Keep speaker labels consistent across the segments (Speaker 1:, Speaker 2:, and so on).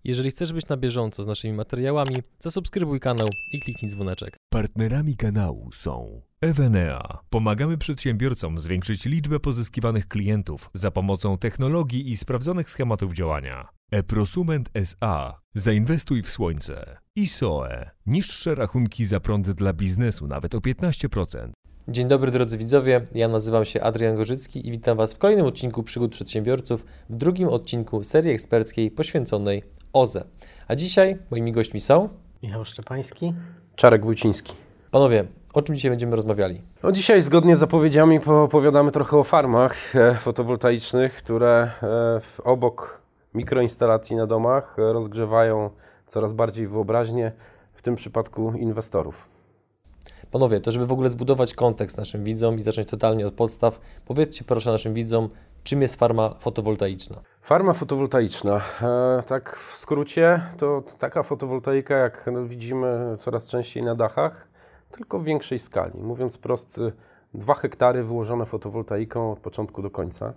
Speaker 1: Jeżeli chcesz być na bieżąco z naszymi materiałami, zasubskrybuj kanał i kliknij dzwoneczek.
Speaker 2: Partnerami kanału są Evenea. Pomagamy przedsiębiorcom zwiększyć liczbę pozyskiwanych klientów za pomocą technologii i sprawdzonych schematów działania. eProsument S.A. Zainwestuj w słońce. ISOE. Niższe rachunki za prąd dla biznesu nawet o 15%.
Speaker 1: Dzień dobry drodzy widzowie, ja nazywam się Adrian Gorzycki i witam Was w kolejnym odcinku Przygód Przedsiębiorców, w drugim odcinku serii eksperckiej poświęconej OZE. A dzisiaj moimi gośćmi są
Speaker 3: Michał Szczepański,
Speaker 4: Czarek Wójciński.
Speaker 1: Panowie, o czym dzisiaj będziemy rozmawiali?
Speaker 4: No dzisiaj zgodnie z zapowiedziami opowiadamy trochę o farmach fotowoltaicznych, które obok mikroinstalacji na domach rozgrzewają coraz bardziej wyobraźnię, w tym przypadku inwestorów.
Speaker 1: Panowie, to żeby w ogóle zbudować kontekst naszym widzom i zacząć totalnie od podstaw, powiedzcie proszę naszym widzom, czym jest farma fotowoltaiczna?
Speaker 4: Farma fotowoltaiczna, tak w skrócie, to taka fotowoltaika, jak widzimy coraz częściej na dachach, tylko w większej skali. Mówiąc wprost, 2 hektary wyłożone fotowoltaiką od początku do końca.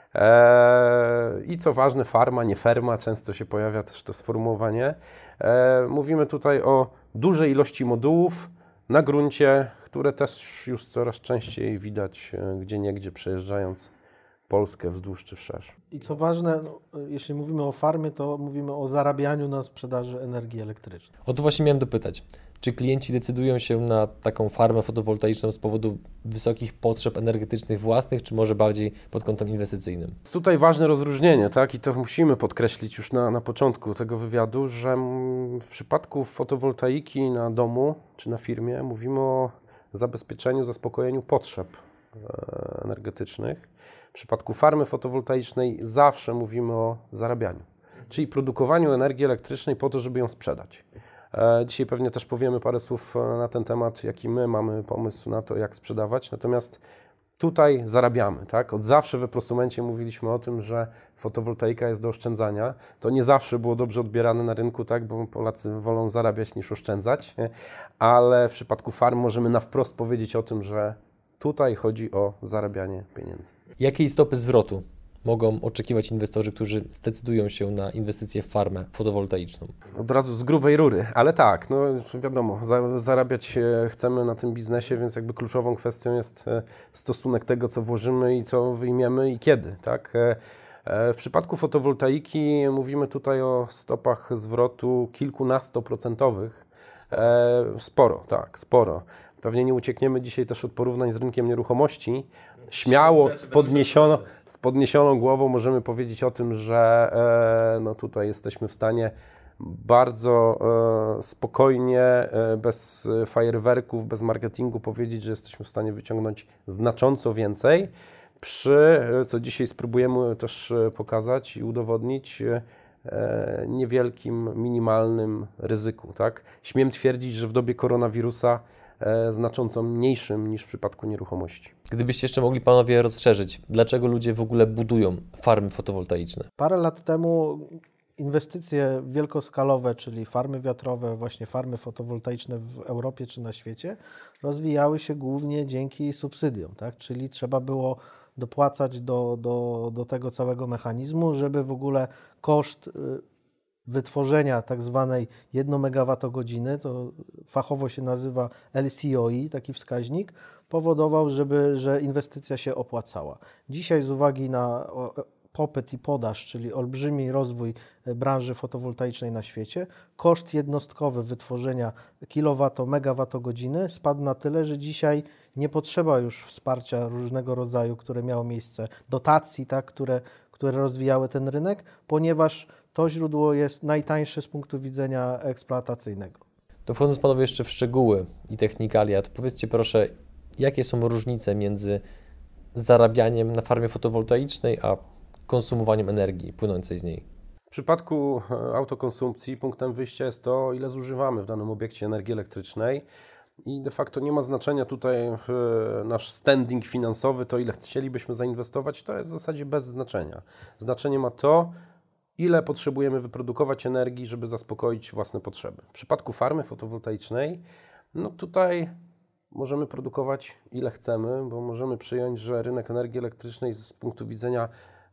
Speaker 4: I co ważne, farma, nie ferma, często się pojawia też to sformułowanie. Mówimy tutaj o dużej ilości modułów na gruncie, które też już coraz częściej widać gdzieniegdzie przejeżdżając Polskę wzdłuż czy wszerz.
Speaker 3: I co ważne, jeśli mówimy o farmie, to mówimy o zarabianiu na sprzedaży energii elektrycznej.
Speaker 1: O to właśnie miałem dopytać. Czy klienci decydują się na taką farmę fotowoltaiczną z powodu wysokich potrzeb energetycznych własnych, czy może bardziej pod kątem inwestycyjnym?
Speaker 4: Jest tutaj ważne rozróżnienie, tak? I to musimy podkreślić już na początku tego wywiadu, że w przypadku fotowoltaiki na domu czy na firmie mówimy o zabezpieczeniu, zaspokojeniu potrzeb energetycznych. W przypadku farmy fotowoltaicznej zawsze mówimy o zarabianiu, czyli produkowaniu energii elektrycznej po to, żeby ją sprzedać. Dzisiaj pewnie też powiemy parę słów na ten temat, jaki my mamy pomysł na to, jak sprzedawać. Natomiast tutaj zarabiamy, tak? Od zawsze w eProsumencie mówiliśmy o tym, że fotowoltaika jest do oszczędzania. To nie zawsze było dobrze odbierane na rynku, tak? Bo Polacy wolą zarabiać niż oszczędzać, ale w przypadku farm możemy na wprost powiedzieć o tym, że tutaj chodzi o zarabianie pieniędzy.
Speaker 1: Jakiej stopy zwrotu mogą oczekiwać inwestorzy, którzy zdecydują się na inwestycje w farmę fotowoltaiczną?
Speaker 4: Od razu z grubej rury, ale tak, no wiadomo, zarabiać chcemy na tym biznesie, więc jakby kluczową kwestią jest stosunek tego, co włożymy i co wyjmiemy i kiedy, tak? W przypadku fotowoltaiki mówimy tutaj o stopach zwrotu kilkunastoprocentowych. Sporo, tak, sporo. Pewnie nie uciekniemy dzisiaj też od porównań z rynkiem nieruchomości. Śmiało, z podniesioną głową możemy powiedzieć o tym, że no tutaj jesteśmy w stanie bardzo spokojnie, bez fajerwerków, bez marketingu powiedzieć, że jesteśmy w stanie wyciągnąć znacząco więcej przy, co dzisiaj spróbujemy też pokazać i udowodnić, niewielkim, minimalnym ryzyku. Tak? Śmiem twierdzić, że w dobie koronawirusa znacząco mniejszym niż w przypadku nieruchomości.
Speaker 1: Gdybyście jeszcze mogli panowie rozszerzyć, dlaczego ludzie w ogóle budują farmy fotowoltaiczne?
Speaker 3: Parę lat temu inwestycje wielkoskalowe, czyli farmy wiatrowe, właśnie farmy fotowoltaiczne w Europie czy na świecie, rozwijały się głównie dzięki subsydiom, tak? Czyli trzeba było dopłacać do tego całego mechanizmu, żeby w ogóle koszt wytworzenia tak zwanej 1 MWh, to fachowo się nazywa LCOE, taki wskaźnik, powodował, że inwestycja się opłacała. Dzisiaj z uwagi na popyt i podaż, czyli olbrzymi rozwój branży fotowoltaicznej na świecie, koszt jednostkowy wytworzenia kilowatto-megawattogodziny spadł na tyle, że dzisiaj nie potrzeba już wsparcia różnego rodzaju, które miało miejsce, dotacji, tak, które rozwijały ten rynek, ponieważ to źródło jest najtańsze z punktu widzenia eksploatacyjnego.
Speaker 1: To wchodząc panowie jeszcze w szczegóły i technikalia, to powiedzcie proszę, jakie są różnice między zarabianiem na farmie fotowoltaicznej, a konsumowaniem energii płynącej z niej?
Speaker 4: W przypadku autokonsumpcji punktem wyjścia jest to, ile zużywamy w danym obiekcie energii elektrycznej i de facto nie ma znaczenia tutaj nasz standing finansowy, to ile chcielibyśmy zainwestować, to jest w zasadzie bez znaczenia. Znaczenie ma to, ile potrzebujemy wyprodukować energii, żeby zaspokoić własne potrzeby. W przypadku farmy fotowoltaicznej, no tutaj możemy produkować ile chcemy, bo możemy przyjąć, że rynek energii elektrycznej z punktu widzenia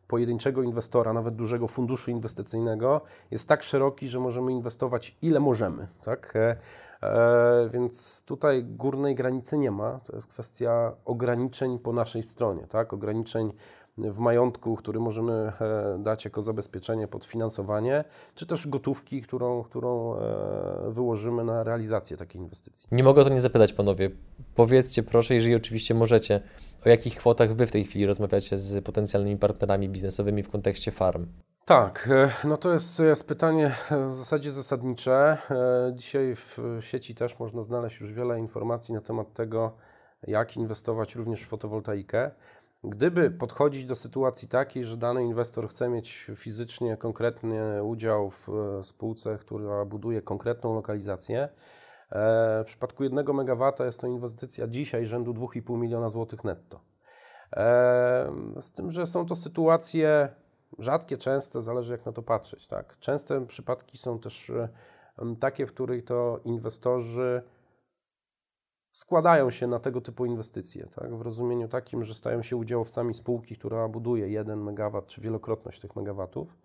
Speaker 4: pojedynczego inwestora, nawet dużego funduszu inwestycyjnego jest tak szeroki, że możemy inwestować ile możemy, tak? Więc tutaj górnej granicy nie ma. To jest kwestia ograniczeń po naszej stronie, tak? Ograniczeń w majątku, który możemy dać jako zabezpieczenie pod finansowanie, czy też gotówki, którą wyłożymy na realizację takiej inwestycji.
Speaker 1: Nie mogę o to nie zapytać, panowie. Powiedzcie proszę, jeżeli oczywiście możecie, o jakich kwotach Wy w tej chwili rozmawiacie z potencjalnymi partnerami biznesowymi w kontekście farm?
Speaker 4: Tak, no to jest pytanie w zasadzie zasadnicze. Dzisiaj w sieci też można znaleźć już wiele informacji na temat tego, jak inwestować również w fotowoltaikę. Gdyby podchodzić do sytuacji takiej, że dany inwestor chce mieć fizycznie konkretnie udział w spółce, która buduje konkretną lokalizację, w przypadku 1 MW jest to inwestycja dzisiaj rzędu 2,5 miliona złotych netto. Z tym, że są to sytuacje rzadkie, częste, zależy jak na to patrzeć. Tak? Częste przypadki są też takie, w których to inwestorzy składają się na tego typu inwestycje, tak? W rozumieniu takim, że stają się udziałowcami spółki, która buduje 1 MW czy wielokrotność tych megawatów.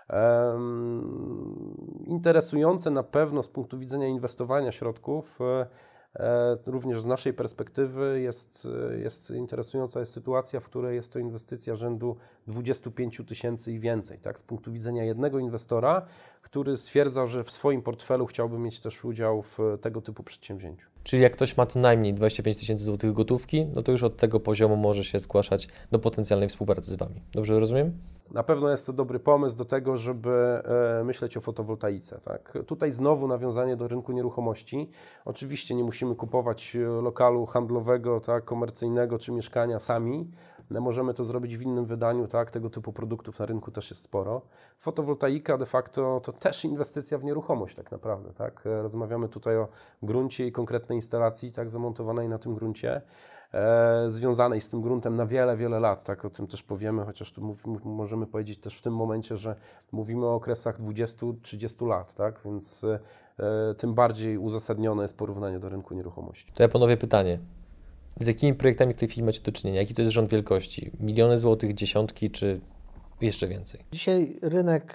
Speaker 4: Interesujące na pewno z punktu widzenia inwestowania środków, również z naszej perspektywy jest interesująca jest sytuacja, w której jest to inwestycja rzędu 25 tysięcy i więcej, tak? Z punktu widzenia jednego inwestora, który stwierdza, że w swoim portfelu chciałby mieć też udział w tego typu przedsięwzięciu.
Speaker 1: Czyli jak ktoś ma co najmniej 25 tysięcy złotych gotówki, no to już od tego poziomu może się zgłaszać do potencjalnej współpracy z Wami. Dobrze rozumiem?
Speaker 4: Na pewno jest to dobry pomysł do tego, żeby myśleć o fotowoltaice. Tak? Tutaj znowu nawiązanie do rynku nieruchomości. Oczywiście nie musimy kupować lokalu handlowego, tak, komercyjnego czy mieszkania sami. Możemy to zrobić w innym wydaniu, tak? Tego typu produktów na rynku też jest sporo. Fotowoltaika de facto to też inwestycja w nieruchomość tak naprawdę. Tak? Rozmawiamy tutaj o gruncie i konkretnej instalacji tak, zamontowanej na tym gruncie, związanej z tym gruntem na wiele, wiele lat. Tak? O tym też powiemy, chociaż tu możemy powiedzieć też w tym momencie, że mówimy o okresach 20-30 lat, tak? Więc tym bardziej uzasadnione jest porównanie do rynku nieruchomości.
Speaker 1: To ja panowie pytanie. Z jakimi projektami w tej chwili macie do czynienia? Jaki to jest rząd wielkości? Miliony złotych, dziesiątki czy jeszcze więcej?
Speaker 3: Dzisiaj rynek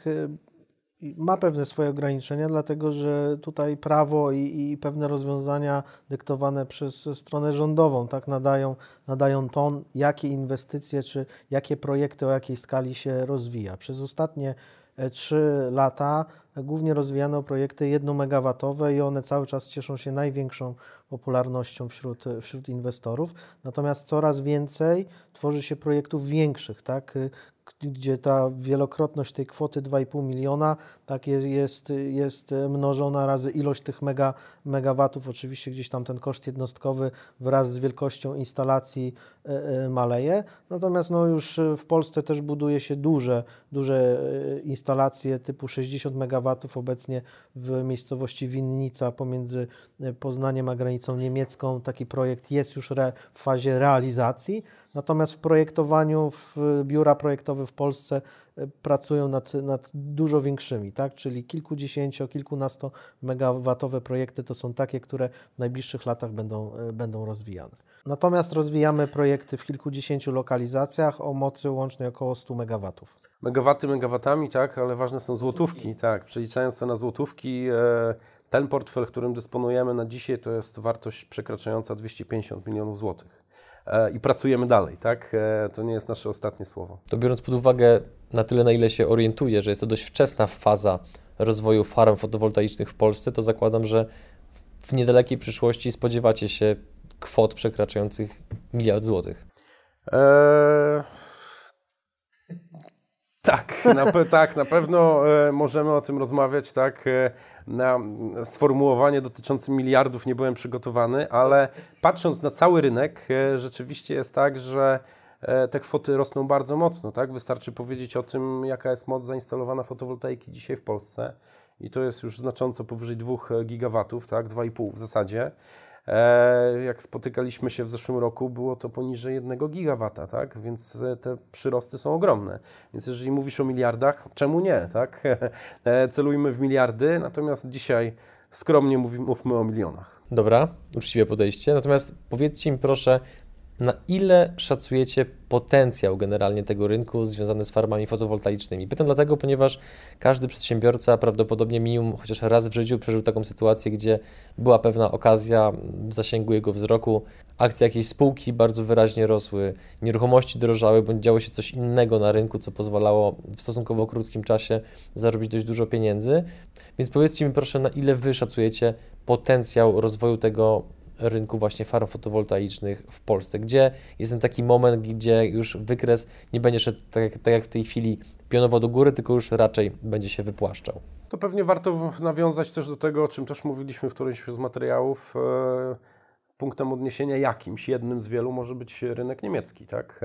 Speaker 3: ma pewne swoje ograniczenia, dlatego że tutaj prawo i pewne rozwiązania dyktowane przez stronę rządową tak nadają ton, jakie inwestycje czy jakie projekty o jakiej skali się rozwija. Przez ostatnie 3 lata głównie rozwijano projekty 1-megawatowe i one cały czas cieszą się największą popularnością wśród inwestorów. Natomiast coraz więcej tworzy się projektów większych, tak, gdzie ta wielokrotność tej kwoty 2,5 miliona tak jest mnożona razy ilość tych megawatów. Oczywiście gdzieś tam ten koszt jednostkowy wraz z wielkością instalacji maleje. Natomiast no już w Polsce też buduje się duże instalacje typu 60 megawatów. Obecnie w miejscowości Winnica pomiędzy Poznaniem a granicą niemiecką taki projekt jest już w fazie realizacji. Natomiast w projektowaniu, biura projektowe w Polsce pracują nad dużo większymi, tak? Czyli kilkunasto megawatowe projekty to są takie, które w najbliższych latach będą rozwijane. Natomiast rozwijamy projekty w kilkudziesięciu lokalizacjach o mocy łącznej około 100 megawatów.
Speaker 4: Megawatami, tak, ale ważne są złotówki, tak. Przeliczając to na złotówki, ten portfel, którym dysponujemy na dzisiaj, to jest wartość przekraczająca 250 milionów złotych. I pracujemy dalej, tak? To nie jest nasze ostatnie słowo.
Speaker 1: To biorąc pod uwagę na tyle, na ile się orientuję, że jest to dość wczesna faza rozwoju farm fotowoltaicznych w Polsce, to zakładam, że w niedalekiej przyszłości spodziewacie się kwot przekraczających 1 miliard złotych.
Speaker 4: Tak, na pewno możemy o tym rozmawiać, tak. Na sformułowanie dotyczące miliardów nie byłem przygotowany, ale patrząc na cały rynek, rzeczywiście jest tak, że te kwoty rosną bardzo mocno, tak. Wystarczy powiedzieć o tym, jaka jest moc zainstalowana fotowoltaiki dzisiaj w Polsce i to jest już znacząco powyżej 2 gigawatów, tak, 2,5 w zasadzie. Jak spotykaliśmy się w zeszłym roku, było to poniżej 1 gigawata, tak? Więc te przyrosty są ogromne. Więc jeżeli mówisz o miliardach, czemu nie, tak? Celujmy w miliardy, natomiast dzisiaj skromnie mówmy o milionach.
Speaker 1: Dobra, uczciwe podejście. Natomiast powiedzcie mi proszę, Na ile szacujecie potencjał generalnie tego rynku związany z farmami fotowoltaicznymi? Pytam dlatego, ponieważ każdy przedsiębiorca prawdopodobnie minimum chociaż raz w życiu przeżył taką sytuację, gdzie była pewna okazja w zasięgu jego wzroku, akcje jakiejś spółki bardzo wyraźnie rosły, nieruchomości drożały, bądź działo się coś innego na rynku, co pozwalało w stosunkowo krótkim czasie zarobić dość dużo pieniędzy. Więc powiedzcie mi proszę, na ile Wy szacujecie potencjał rozwoju tego rynku właśnie farm fotowoltaicznych w Polsce, gdzie jest ten taki moment, gdzie już wykres nie będzie szedł tak jak w tej chwili pionowo do góry, tylko już raczej będzie się wypłaszczał.
Speaker 4: To pewnie warto nawiązać też do tego, o czym też mówiliśmy w którymś z materiałów. Punktem odniesienia jednym z wielu może być rynek niemiecki, tak?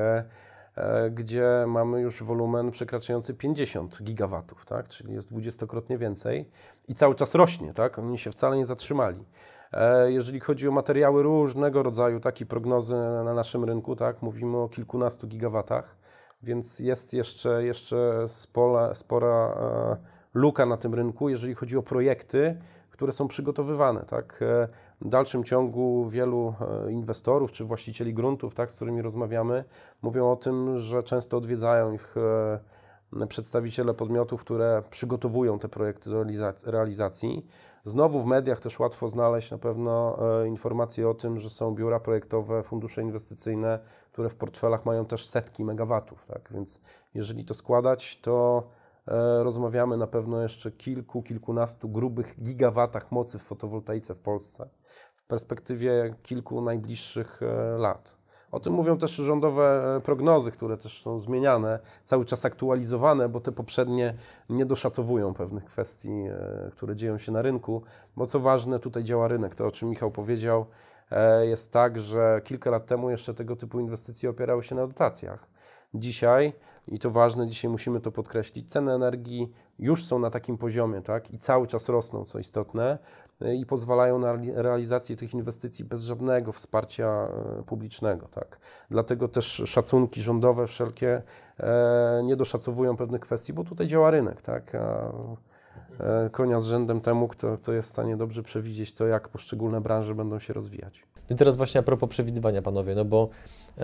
Speaker 4: Gdzie mamy już wolumen przekraczający 50 gigawatów, tak? Czyli jest 20-krotnie więcej i cały czas rośnie, tak? Oni się wcale nie zatrzymali. Jeżeli chodzi o materiały różnego rodzaju, takie prognozy na naszym rynku, tak? Mówimy o kilkunastu gigawatach, więc jest jeszcze spora luka na tym rynku, jeżeli chodzi o projekty, które są przygotowywane, tak? W dalszym ciągu wielu inwestorów czy właścicieli gruntów, tak, z którymi rozmawiamy, mówią o tym, że często odwiedzają ich przedstawiciele podmiotów, które przygotowują te projekty do realizacji. Znowu w mediach też łatwo znaleźć na pewno informacje o tym, że są biura projektowe, fundusze inwestycyjne, które w portfelach mają też setki megawatów, tak? Więc jeżeli to składać, to rozmawiamy na pewno jeszcze kilkunastu grubych gigawatach mocy w fotowoltaice w Polsce w perspektywie kilku najbliższych lat. O tym mówią też rządowe prognozy, które też są zmieniane, cały czas aktualizowane, bo te poprzednie nie doszacowują pewnych kwestii, które dzieją się na rynku, bo co ważne, tutaj działa rynek. To, o czym Michał powiedział, jest tak, że kilka lat temu jeszcze tego typu inwestycje opierały się na dotacjach. Dzisiaj, i to ważne, dzisiaj musimy to podkreślić, ceny energii już są na takim poziomie, tak, i cały czas rosną, co istotne, i pozwalają na realizację tych inwestycji bez żadnego wsparcia publicznego, tak. Dlatego też szacunki rządowe wszelkie nie doszacowują pewnych kwestii, bo tutaj działa rynek, tak. A konia z rzędem temu, kto jest w stanie dobrze przewidzieć to, jak poszczególne branże będą się rozwijać.
Speaker 1: I teraz właśnie a propos przewidywania, panowie, no bo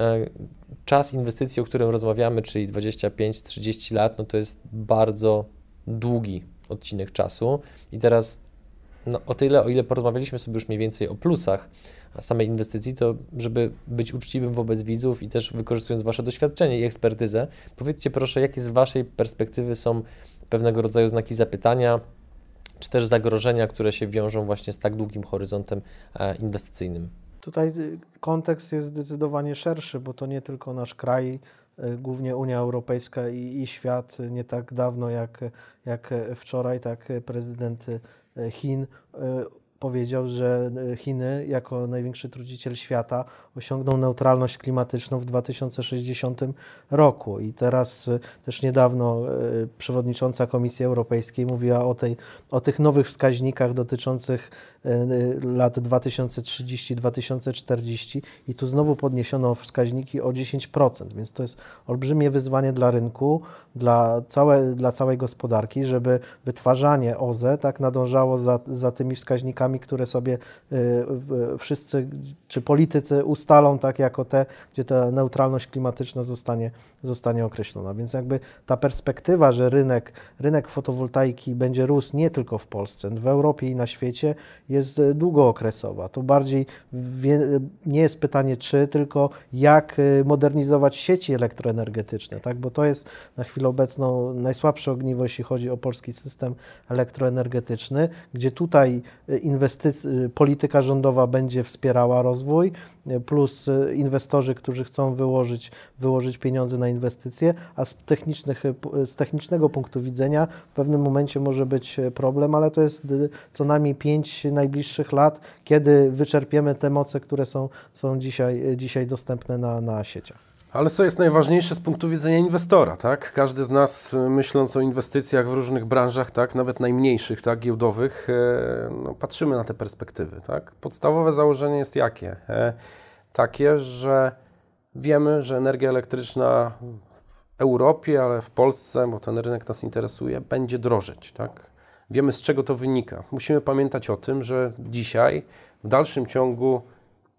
Speaker 1: czas inwestycji, o którym rozmawiamy, czyli 25-30 lat, no to jest bardzo długi odcinek czasu i teraz no, o ile porozmawialiśmy sobie już mniej więcej o plusach samej inwestycji, to żeby być uczciwym wobec widzów i też wykorzystując Wasze doświadczenie i ekspertyzę, powiedzcie proszę, jakie z Waszej perspektywy są pewnego rodzaju znaki zapytania, czy też zagrożenia, które się wiążą właśnie z tak długim horyzontem inwestycyjnym?
Speaker 3: Tutaj kontekst jest zdecydowanie szerszy, bo to nie tylko nasz kraj, głównie Unia Europejska i świat. Nie tak dawno jak wczoraj, tak prezydent Chin powiedział, że Chiny jako największy truciciel świata osiągną neutralność klimatyczną w 2060 roku. I teraz też niedawno przewodnicząca Komisji Europejskiej mówiła o tych nowych wskaźnikach dotyczących lat 2030-2040 i tu znowu podniesiono wskaźniki o 10%, więc to jest olbrzymie wyzwanie dla rynku, dla całej gospodarki, żeby wytwarzanie OZE tak nadążało za tymi wskaźnikami, które sobie wszyscy czy politycy ustalą tak jako te, gdzie ta neutralność klimatyczna zostanie określona. Więc jakby ta perspektywa, że rynek fotowoltaiki będzie rósł nie tylko w Polsce, w Europie i na świecie jest długookresowa. To bardziej nie jest pytanie czy, tylko jak modernizować sieci elektroenergetyczne, tak? Bo to jest na chwilę obecną najsłabsze ogniwo, jeśli chodzi o polski system elektroenergetyczny, gdzie tutaj polityka rządowa będzie wspierała rozwój, plus inwestorzy, którzy chcą wyłożyć pieniądze na inwestycje, a z technicznego punktu widzenia w pewnym momencie może być problem, ale to jest co najmniej 5 najbliższych lat, kiedy wyczerpiemy te moce, które są dzisiaj dostępne na sieciach.
Speaker 4: Ale co jest najważniejsze z punktu widzenia inwestora, tak? Każdy z nas, myśląc o inwestycjach w różnych branżach, tak, nawet najmniejszych, tak, giełdowych, no, patrzymy na te perspektywy, tak? Podstawowe założenie jest jakie? Takie, że wiemy, że energia elektryczna w Europie, ale w Polsce, bo ten rynek nas interesuje, będzie drożeć, tak? Wiemy, z czego to wynika. Musimy pamiętać o tym, że dzisiaj w dalszym ciągu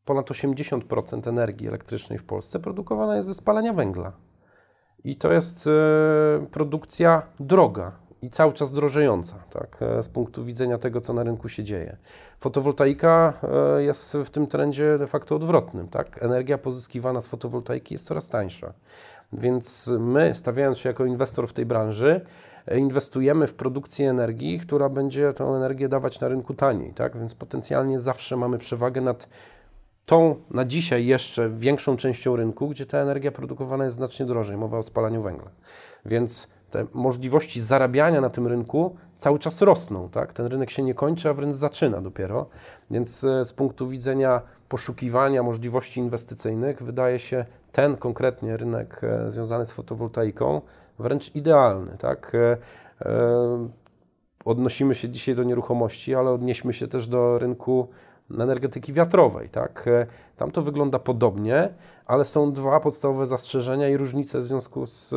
Speaker 4: ponad 80% energii elektrycznej w Polsce produkowana jest ze spalania węgla. I to jest produkcja droga i cały czas drożejąca, tak, z punktu widzenia tego, co na rynku się dzieje. Fotowoltaika jest w tym trendzie de facto odwrotnym. Tak? Energia pozyskiwana z fotowoltaiki jest coraz tańsza. Więc my, stawiając się jako inwestor w tej branży, inwestujemy w produkcję energii, która będzie tę energię dawać na rynku taniej. Tak? Więc potencjalnie zawsze mamy przewagę nad tą na dzisiaj jeszcze większą częścią rynku, gdzie ta energia produkowana jest znacznie drożej. Mowa o spalaniu węgla. Więc te możliwości zarabiania na tym rynku cały czas rosną. Tak? Ten rynek się nie kończy, a wręcz zaczyna dopiero. Więc z punktu widzenia poszukiwania możliwości inwestycyjnych wydaje się ten konkretnie rynek związany z fotowoltaiką wręcz idealny. Tak? Odnosimy się dzisiaj do nieruchomości, ale odnieśmy się też do rynku energetyki wiatrowej. Tak? Tam to wygląda podobnie, ale są dwa podstawowe zastrzeżenia i różnice w związku z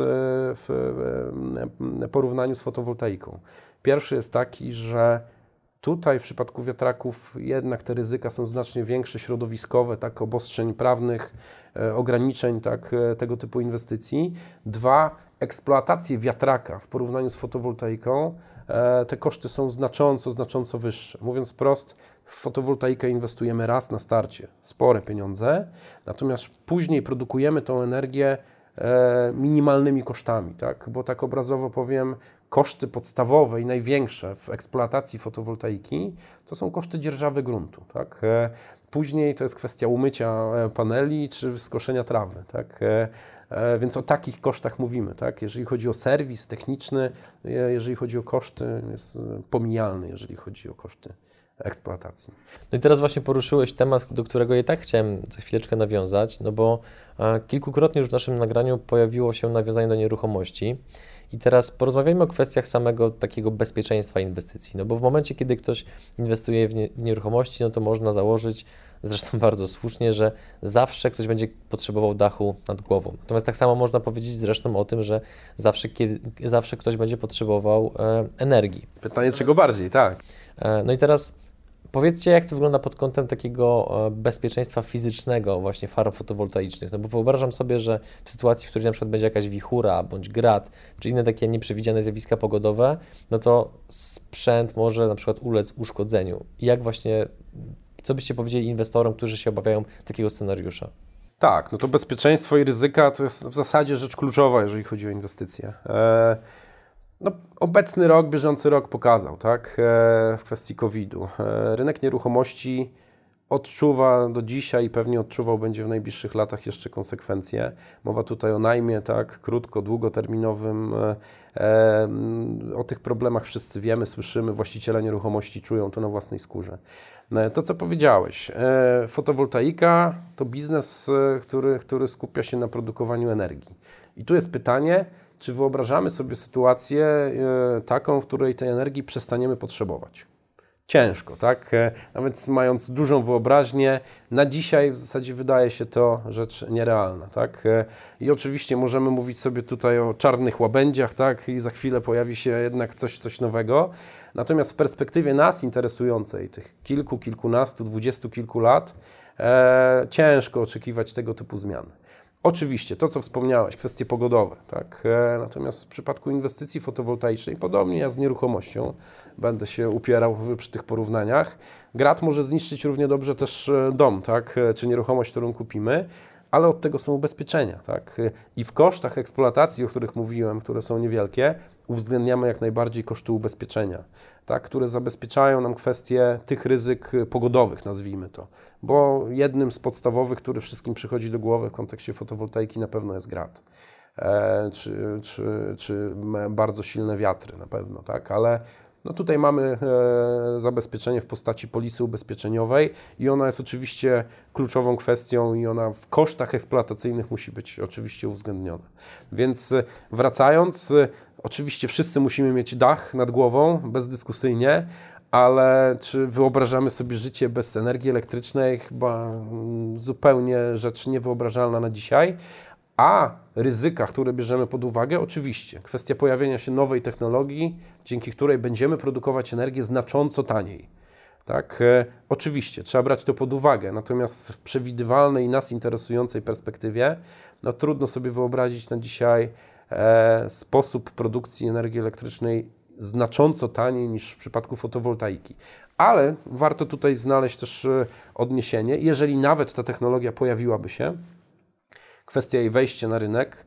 Speaker 4: porównaniu z fotowoltaiką. Pierwszy jest taki, że tutaj w przypadku wiatraków jednak te ryzyka są znacznie większe, środowiskowe, tak, obostrzeń prawnych, ograniczeń, tak, tego typu inwestycji. Dwa, eksploatację wiatraka w porównaniu z fotowoltaiką, te koszty są znacząco wyższe. Mówiąc wprost, w fotowoltaikę inwestujemy raz na starcie, spore pieniądze, natomiast później produkujemy tą energię minimalnymi kosztami, tak? Bo tak obrazowo powiem, koszty podstawowe i największe w eksploatacji fotowoltaiki to są koszty dzierżawy gruntu. Tak? Później to jest kwestia umycia paneli czy skoszenia trawy. Tak? Więc o takich kosztach mówimy. Tak? Jeżeli chodzi o serwis techniczny, jeżeli chodzi o koszty, jest pomijalny, jeżeli chodzi o koszty eksploatacji.
Speaker 1: No i teraz właśnie poruszyłeś temat, do którego i tak chciałem za chwileczkę nawiązać, no bo kilkukrotnie już w naszym nagraniu pojawiło się nawiązanie do nieruchomości. I teraz porozmawiajmy o kwestiach samego takiego bezpieczeństwa inwestycji, no bo w momencie, kiedy ktoś inwestuje w nieruchomości, no to można założyć, zresztą bardzo słusznie, że zawsze ktoś będzie potrzebował dachu nad głową. Natomiast tak samo można powiedzieć zresztą o tym, że zawsze ktoś będzie potrzebował energii.
Speaker 4: Pytanie, czego bardziej, tak.
Speaker 1: No i teraz powiedzcie, jak to wygląda pod kątem takiego bezpieczeństwa fizycznego właśnie farm fotowoltaicznych, no bo wyobrażam sobie, że w sytuacji, w której na przykład będzie jakaś wichura bądź grad, czy inne takie nieprzewidziane zjawiska pogodowe, no to sprzęt może na przykład ulec uszkodzeniu. I jak właśnie, co byście powiedzieli inwestorom, którzy się obawiają takiego scenariusza?
Speaker 4: Tak, no to bezpieczeństwo i ryzyka to jest w zasadzie rzecz kluczowa, jeżeli chodzi o inwestycje. No, obecny rok, bieżący rok pokazał, tak, w kwestii COVID-u. Rynek nieruchomości odczuwa do dzisiaj i pewnie odczuwał będzie w najbliższych latach jeszcze konsekwencje. Mowa tutaj o najmie, tak, długoterminowym. O tych problemach wszyscy wiemy, słyszymy, właściciele nieruchomości czują to na własnej skórze. To, co powiedziałeś, fotowoltaika to biznes, który skupia się na produkowaniu energii. I tu jest pytanie, czy wyobrażamy sobie sytuację taką, w której tej energii przestaniemy potrzebować? Ciężko, tak? Nawet mając dużą wyobraźnię, na dzisiaj w zasadzie wydaje się to rzecz nierealna, tak? I oczywiście możemy mówić sobie tutaj o czarnych łabędziach, tak? I za chwilę pojawi się jednak coś nowego. Natomiast w perspektywie nas interesującej, tych kilkunastu, 20 kilku lat, ciężko oczekiwać tego typu zmian. Oczywiście, to co wspomniałeś, kwestie pogodowe, tak? Natomiast w przypadku inwestycji fotowoltaicznej, podobnie jak z nieruchomością, będę się upierał przy tych porównaniach, grad może zniszczyć równie dobrze też dom, tak? Czy nieruchomość, którą kupimy, ale od tego są ubezpieczenia, tak? I w kosztach eksploatacji, o których mówiłem, które są niewielkie, uwzględniamy jak najbardziej koszty ubezpieczenia, tak? Które zabezpieczają nam kwestie tych ryzyk pogodowych, nazwijmy to. Bo jednym z podstawowych, który wszystkim przychodzi do głowy w kontekście fotowoltaiki, na pewno jest grad. Czy bardzo silne wiatry na pewno, tak? Ale no tutaj mamy zabezpieczenie w postaci polisy ubezpieczeniowej i ona jest oczywiście kluczową kwestią i ona w kosztach eksploatacyjnych musi być oczywiście uwzględniona. Więc wracając, oczywiście wszyscy musimy mieć dach nad głową, bezdyskusyjnie, ale czy wyobrażamy sobie życie bez energii elektrycznej? Chyba zupełnie rzecz niewyobrażalna na dzisiaj. A ryzyka, które bierzemy pod uwagę, oczywiście kwestia pojawienia się nowej technologii, dzięki której będziemy produkować energię znacząco taniej. Tak? Oczywiście, trzeba brać to pod uwagę, natomiast w przewidywalnej, nas interesującej perspektywie, no trudno sobie wyobrazić na dzisiaj sposób produkcji energii elektrycznej znacząco taniej niż w przypadku fotowoltaiki. Ale warto tutaj znaleźć też odniesienie, jeżeli nawet ta technologia pojawiłaby się, kwestia jej wejścia na rynek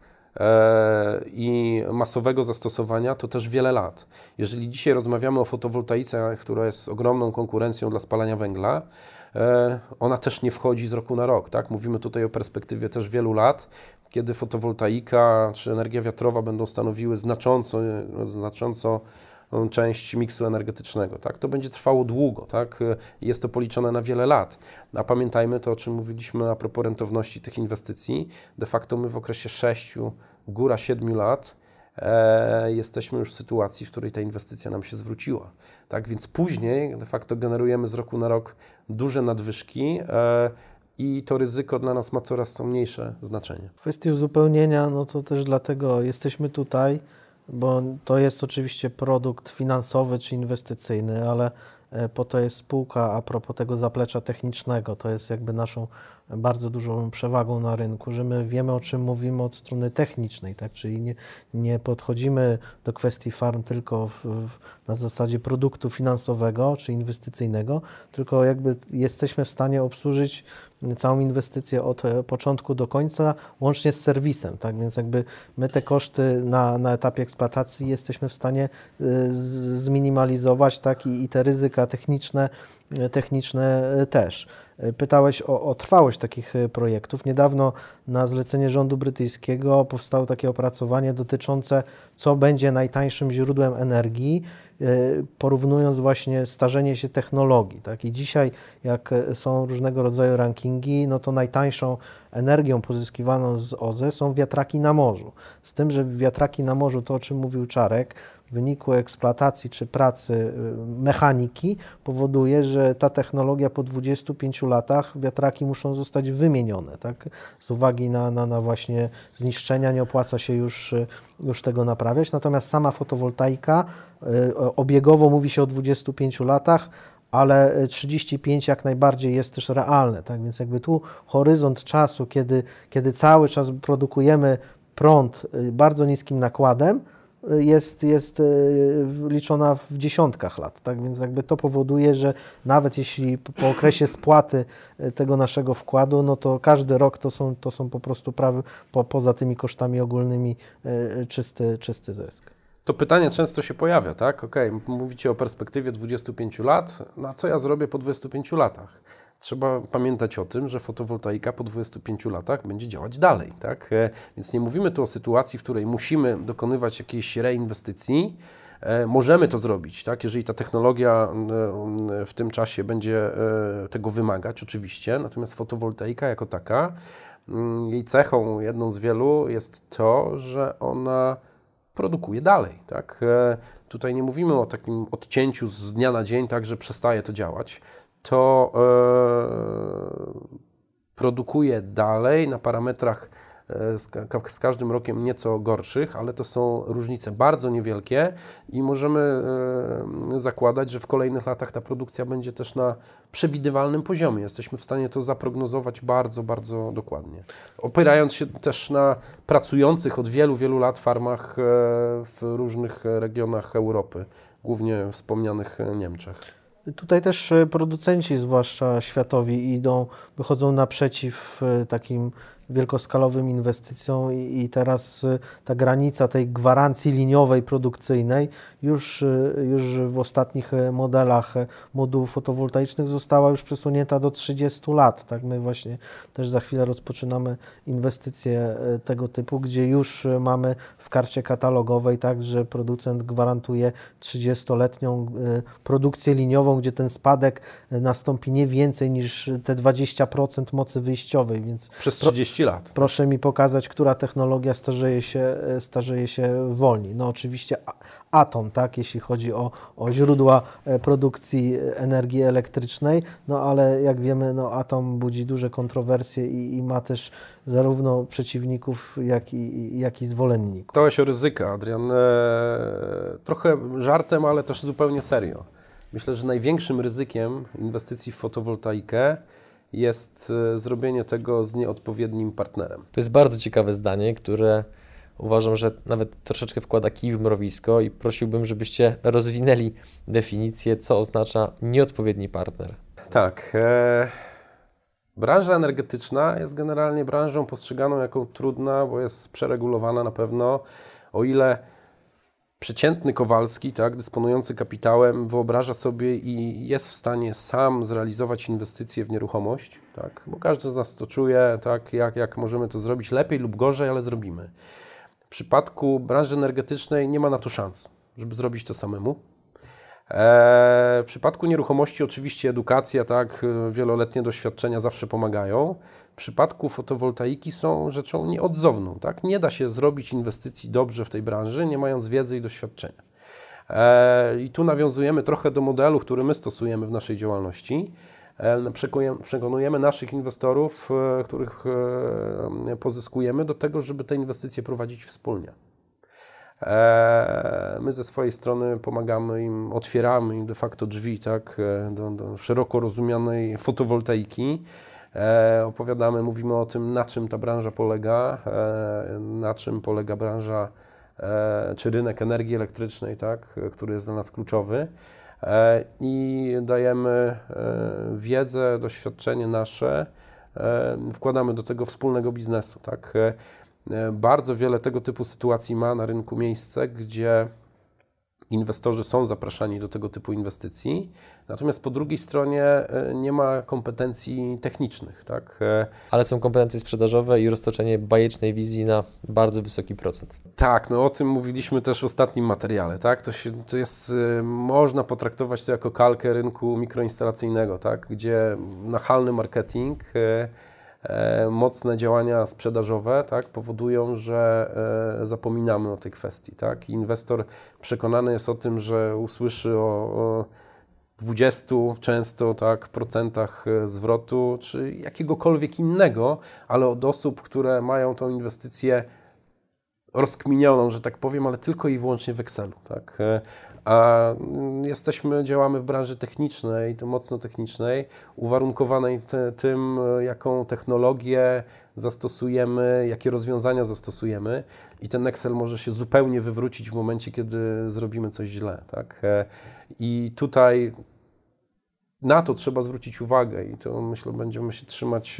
Speaker 4: i masowego zastosowania to też wiele lat. Jeżeli dzisiaj rozmawiamy o fotowoltaice, która jest ogromną konkurencją dla spalania węgla, ona też nie wchodzi z roku na rok. Tak? Mówimy tutaj o perspektywie też wielu lat, kiedy fotowoltaika czy energia wiatrowa będą stanowiły znacząco część miksu energetycznego. Tak? To będzie trwało długo. Tak? Jest to policzone na wiele lat. A pamiętajmy to, o czym mówiliśmy a propos rentowności tych inwestycji. De facto my w okresie 6, góra 7 lat jesteśmy już w sytuacji, w której ta inwestycja nam się zwróciła. Tak? Więc później de facto generujemy z roku na rok duże nadwyżki i to ryzyko dla nas ma coraz to mniejsze znaczenie.
Speaker 3: W kwestii uzupełnienia, no to też dlatego jesteśmy tutaj, bo to jest oczywiście produkt finansowy czy inwestycyjny, ale po to jest spółka a propos tego zaplecza technicznego. To jest jakby naszą bardzo dużą przewagą na rynku, że my wiemy, o czym mówimy od strony technicznej, tak? Czyli nie podchodzimy do kwestii farm tylko na zasadzie produktu finansowego czy inwestycyjnego, tylko jakby jesteśmy w stanie obsłużyć całą inwestycję od początku do końca, łącznie z serwisem, tak? Więc jakby my te koszty na etapie eksploatacji jesteśmy w stanie zminimalizować, tak? I te ryzyka techniczne też. Pytałeś o trwałość takich projektów. Niedawno na zlecenie rządu brytyjskiego powstało takie opracowanie dotyczące, co będzie najtańszym źródłem energii, porównując właśnie starzenie się technologii. Tak? I dzisiaj, jak są różnego rodzaju rankingi, no to najtańszą energią pozyskiwaną z OZE są wiatraki na morzu. Z tym, że wiatraki na morzu, to o czym mówił Czarek, w wyniku eksploatacji czy pracy mechaniki powoduje, że ta technologia po 25 latach wiatraki muszą zostać wymienione, tak? Z uwagi na właśnie zniszczenia nie opłaca się już tego naprawiać. Natomiast sama fotowoltaika, obiegowo mówi się o 25 latach, ale 35 jak najbardziej jest też realne, tak? Więc jakby tu horyzont czasu, kiedy cały czas produkujemy prąd bardzo niskim nakładem, jest liczona w dziesiątkach lat, tak? Więc jakby to powoduje, że nawet jeśli po okresie spłaty tego naszego wkładu, no to każdy rok to są po prostu poza tymi kosztami ogólnymi czysty zysk.
Speaker 4: To pytanie często się pojawia, tak? Okej, mówicie o perspektywie 25 lat, no a co ja zrobię po 25 latach? Trzeba pamiętać o tym, że fotowoltaika po 25 latach będzie działać dalej, tak? Więc nie mówimy tu o sytuacji, w której musimy dokonywać jakiejś reinwestycji. Możemy to zrobić, tak? Jeżeli ta technologia w tym czasie będzie tego wymagać, oczywiście. Natomiast fotowoltaika jako taka, jej cechą, jedną z wielu, jest to, że ona produkuje dalej, tak? Tutaj nie mówimy o takim odcięciu z dnia na dzień, tak, że przestaje to działać. To produkuje dalej na parametrach z każdym rokiem nieco gorszych, ale to są różnice bardzo niewielkie i możemy zakładać, że w kolejnych latach ta produkcja będzie też na przewidywalnym poziomie. Jesteśmy w stanie to zaprognozować bardzo, bardzo dokładnie. Opierając się też na pracujących od wielu, wielu lat farmach w różnych regionach Europy, głównie wspomnianych Niemczech.
Speaker 3: Tutaj też producenci, zwłaszcza światowi, wychodzą naprzeciw takim wielkoskalowym inwestycjom i teraz ta granica tej gwarancji liniowej produkcyjnej już w ostatnich modelach modułów fotowoltaicznych została już przesunięta do 30 lat. Tak? My właśnie też za chwilę rozpoczynamy inwestycje tego typu, gdzie już mamy w karcie katalogowej, tak, że producent gwarantuje 30-letnią produkcję liniową, gdzie ten spadek nastąpi nie więcej niż te 20% mocy wyjściowej. Więc
Speaker 4: przez 30 lat.
Speaker 3: Proszę mi pokazać, która technologia starzeje się wolniej. No oczywiście atom, tak, jeśli chodzi o źródła produkcji energii elektrycznej, no ale jak wiemy, no atom budzi duże kontrowersje i ma też zarówno przeciwników, jak i zwolenników.
Speaker 4: Pytałeś o ryzyka, Adrian. Trochę żartem, ale też zupełnie serio. Myślę, że największym ryzykiem inwestycji w fotowoltaikę jest zrobienie tego z nieodpowiednim partnerem.
Speaker 1: To jest bardzo ciekawe zdanie, które uważam, że nawet troszeczkę wkłada kij w mrowisko i prosiłbym, żebyście rozwinęli definicję, co oznacza nieodpowiedni partner.
Speaker 4: Tak. Branża energetyczna jest generalnie branżą postrzeganą jako trudna, bo jest przeregulowana na pewno. O ile przeciętny Kowalski, tak, dysponujący kapitałem, wyobraża sobie i jest w stanie sam zrealizować inwestycje w nieruchomość, tak, bo każdy z nas to czuje, tak, jak możemy to zrobić lepiej lub gorzej, ale zrobimy. W przypadku branży energetycznej nie ma na to szans, żeby zrobić to samemu. W przypadku nieruchomości oczywiście edukacja, tak, wieloletnie doświadczenia zawsze pomagają. W przypadku fotowoltaiki są rzeczą nieodzowną. Tak? Nie da się zrobić inwestycji dobrze w tej branży, nie mając wiedzy i doświadczenia. I tu nawiązujemy trochę do modelu, który my stosujemy w naszej działalności. Przekonujemy naszych inwestorów, których pozyskujemy, do tego, żeby te inwestycje prowadzić wspólnie. My ze swojej strony pomagamy im, otwieramy im de facto drzwi, tak, do szeroko rozumianej fotowoltaiki. Opowiadamy, mówimy o tym, na czym ta branża polega, na czym polega branża czy rynek energii elektrycznej, tak, który jest dla nas kluczowy. I dajemy wiedzę, doświadczenie nasze, wkładamy do tego wspólnego biznesu, tak. Bardzo wiele tego typu sytuacji ma na rynku miejsce, gdzie inwestorzy są zapraszani do tego typu inwestycji, natomiast po drugiej stronie nie ma kompetencji technicznych. Tak?
Speaker 1: Ale są kompetencje sprzedażowe i roztoczenie bajecznej wizji na bardzo wysoki procent.
Speaker 4: Tak, no o tym mówiliśmy też w ostatnim materiale. Tak? To jest, można potraktować to jako kalkę rynku mikroinstalacyjnego, tak? Gdzie nachalny marketing, mocne działania sprzedażowe, tak, powodują, że zapominamy o tej kwestii. Tak? Inwestor przekonany jest o tym, że usłyszy o 20 często, tak, procentach zwrotu, czy jakiegokolwiek innego, ale od osób, które mają tą inwestycję rozkminioną, że tak powiem, ale tylko i wyłącznie w Excelu. Tak? A działamy w branży technicznej, to mocno technicznej, uwarunkowanej tym, jaką technologię zastosujemy, jakie rozwiązania zastosujemy i ten Excel może się zupełnie wywrócić w momencie, kiedy zrobimy coś źle. Tak? I tutaj na to trzeba zwrócić uwagę i to myślę, będziemy się trzymać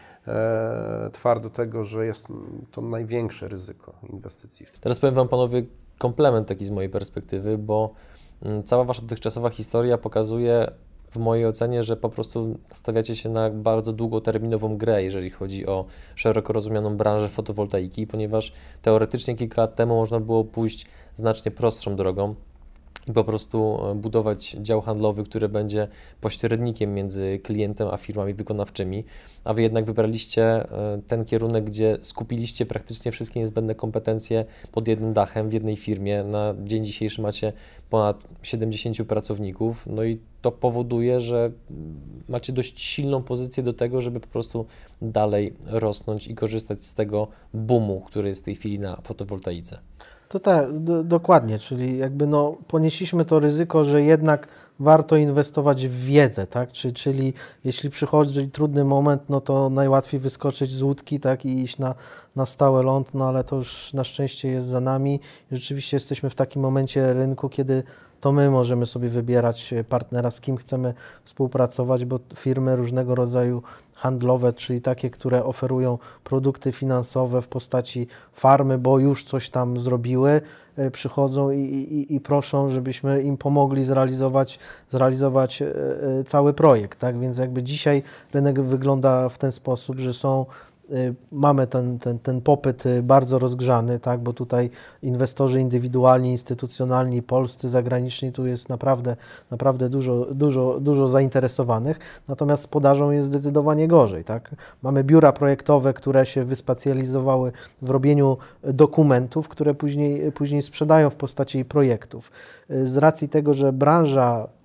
Speaker 4: twardo tego, że jest to największe ryzyko inwestycji w tym.
Speaker 1: Teraz powiem Wam, panowie, komplement taki z mojej perspektywy, bo cała Wasza dotychczasowa historia pokazuje w mojej ocenie, że po prostu stawiacie się na bardzo długoterminową grę, jeżeli chodzi o szeroko rozumianą branżę fotowoltaiki, ponieważ teoretycznie kilka lat temu można było pójść znacznie prostszą drogą i po prostu budować dział handlowy, który będzie pośrednikiem między klientem a firmami wykonawczymi, a Wy jednak wybraliście ten kierunek, gdzie skupiliście praktycznie wszystkie niezbędne kompetencje pod jednym dachem w jednej firmie. Na dzień dzisiejszy macie ponad 70 pracowników, no i to powoduje, że macie dość silną pozycję do tego, żeby po prostu dalej rosnąć i korzystać z tego boomu, który jest w tej chwili na fotowoltaice.
Speaker 3: To tak, dokładnie, czyli jakby ponieśliśmy to ryzyko, że jednak warto inwestować w wiedzę, tak? Czyli jeśli przychodzi trudny moment, no to najłatwiej wyskoczyć z łódki, tak? I iść na stały ląd, no ale to już na szczęście jest za nami. I rzeczywiście jesteśmy w takim momencie rynku, kiedy to my możemy sobie wybierać partnera, z kim chcemy współpracować, bo firmy różnego rodzaju handlowe, czyli takie, które oferują produkty finansowe w postaci farmy, bo już coś tam zrobiły, przychodzą i proszą, żebyśmy im pomogli zrealizować cały projekt. Tak? Więc jakby dzisiaj rynek wygląda w ten sposób, że mamy ten popyt bardzo rozgrzany, tak? Bo tutaj inwestorzy indywidualni, instytucjonalni, polscy, zagraniczni, tu jest naprawdę dużo zainteresowanych, natomiast z podażą jest zdecydowanie gorzej. Tak? Mamy biura projektowe, które się wyspecjalizowały w robieniu dokumentów, które później sprzedają w postaci projektów. Z racji tego, że branża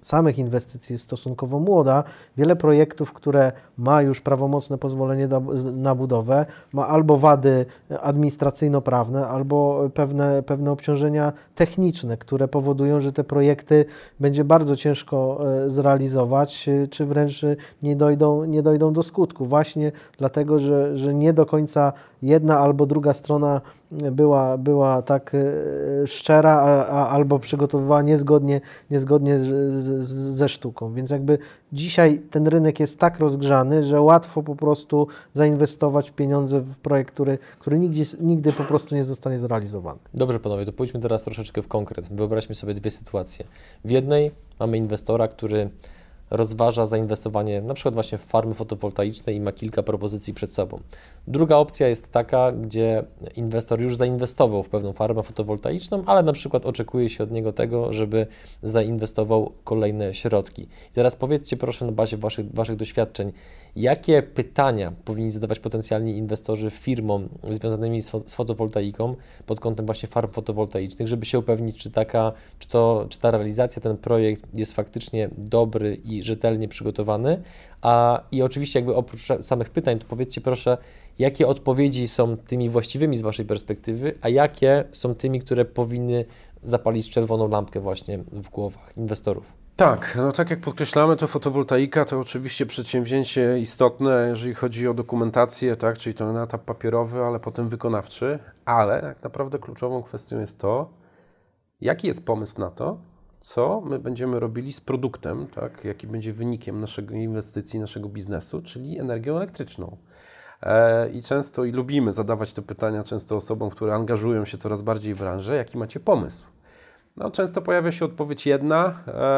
Speaker 3: samych inwestycji jest stosunkowo młoda, wiele projektów, które ma już prawomocne pozwolenie na budowę, ma albo wady administracyjno-prawne, albo pewne obciążenia techniczne, które powodują, że te projekty będzie bardzo ciężko zrealizować, czy wręcz nie dojdą do skutku. Właśnie dlatego, że nie do końca jedna albo druga strona była tak szczera, albo przygotowywała niezgodnie ze sztuką. Więc jakby dzisiaj ten rynek jest tak rozgrzany, że łatwo po prostu zainwestować pieniądze w projekt, który nigdy po prostu nie zostanie zrealizowany.
Speaker 1: Dobrze panowie, to pójdźmy teraz troszeczkę w konkret. Wyobraźmy sobie dwie sytuacje. W jednej mamy inwestora, który rozważa zainwestowanie na przykład właśnie w farmy fotowoltaiczne i ma kilka propozycji przed sobą. Druga opcja jest taka, gdzie inwestor już zainwestował w pewną farmę fotowoltaiczną, ale na przykład oczekuje się od niego tego, żeby zainwestował kolejne środki. I teraz powiedzcie proszę na bazie waszych doświadczeń, jakie pytania powinni zadawać potencjalni inwestorzy firmom związanymi z fotowoltaiką pod kątem właśnie farm fotowoltaicznych, żeby się upewnić, czy ta realizacja, ten projekt jest faktycznie dobry i rzetelnie przygotowany. I oczywiście jakby oprócz samych pytań, to powiedzcie proszę, jakie odpowiedzi są tymi właściwymi z waszej perspektywy, a jakie są tymi, które powinny zapalić czerwoną lampkę właśnie w głowach inwestorów.
Speaker 4: Tak, no tak jak podkreślamy, to fotowoltaika to oczywiście przedsięwzięcie istotne, jeżeli chodzi o dokumentację, tak, czyli to na etap papierowy, ale potem wykonawczy, ale tak naprawdę kluczową kwestią jest to, jaki jest pomysł na to, co my będziemy robili z produktem, tak, jaki będzie wynikiem naszej inwestycji, naszego biznesu, czyli energią elektryczną. I często lubimy zadawać te pytania często osobom, które angażują się coraz bardziej w branżę, jaki macie pomysł. No, często pojawia się odpowiedź jedna,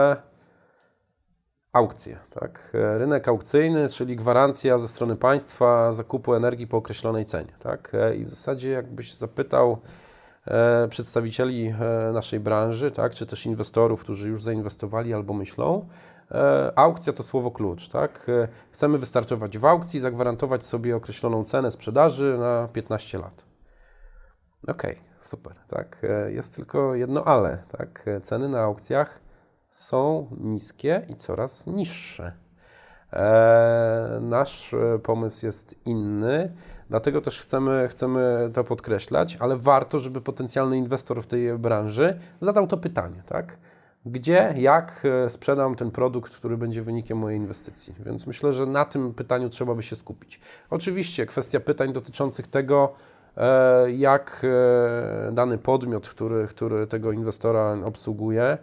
Speaker 4: aukcje. Tak? Rynek aukcyjny, czyli gwarancja ze strony państwa zakupu energii po określonej cenie. Tak? I w zasadzie jakbyś zapytał przedstawicieli naszej branży, tak? Czy też inwestorów, którzy już zainwestowali albo myślą, aukcja to słowo klucz. Tak? Chcemy wystartować w aukcji, zagwarantować sobie określoną cenę sprzedaży na 15 lat. Okej, super. Tak? Jest tylko jedno ale. Tak? Ceny na aukcjach są niskie i coraz niższe. Nasz pomysł jest inny, dlatego też chcemy to podkreślać, ale warto, żeby potencjalny inwestor w tej branży zadał to pytanie, tak? Gdzie, jak sprzedam ten produkt, który będzie wynikiem mojej inwestycji. Więc myślę, że na tym pytaniu trzeba by się skupić. Oczywiście kwestia pytań dotyczących tego, jak dany podmiot, który tego inwestora obsługuje,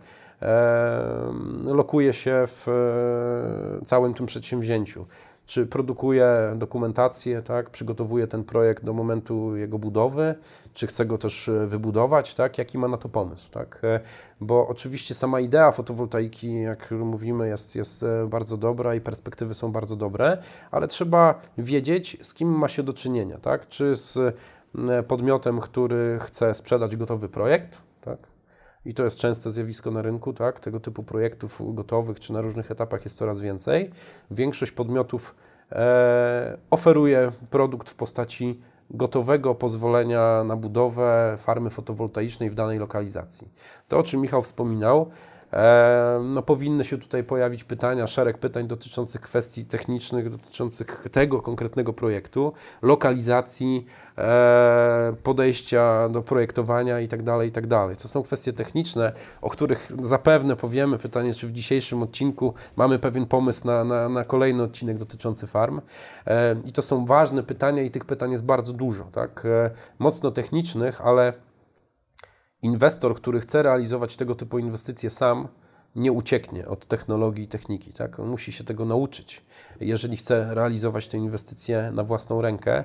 Speaker 4: lokuje się w całym tym przedsięwzięciu. Czy produkuje dokumentację, tak, przygotowuje ten projekt do momentu jego budowy, czy chce go też wybudować, tak, jaki ma na to pomysł, tak, bo oczywiście sama idea fotowoltaiki, jak mówimy, jest bardzo dobra i perspektywy są bardzo dobre, ale trzeba wiedzieć, z kim ma się do czynienia, tak, czy z podmiotem, który chce sprzedać gotowy projekt, tak, i to jest częste zjawisko na rynku, tak? Tego typu projektów gotowych czy na różnych etapach jest coraz więcej. Większość podmiotów oferuje produkt w postaci gotowego pozwolenia na budowę farmy fotowoltaicznej w danej lokalizacji. To, o czym Michał wspominał, no powinny się tutaj pojawić pytania, szereg pytań dotyczących kwestii technicznych, dotyczących tego konkretnego projektu, lokalizacji, podejścia do projektowania itd., itd. To są kwestie techniczne, o których zapewne powiemy. Pytanie, czy w dzisiejszym odcinku mamy pewien pomysł na kolejny odcinek dotyczący farm. I to są ważne pytania i tych pytań jest bardzo dużo, tak? Mocno technicznych, ale inwestor, który chce realizować tego typu inwestycje sam, nie ucieknie od technologii i techniki. Tak? On musi się tego nauczyć, jeżeli chce realizować te inwestycje na własną rękę.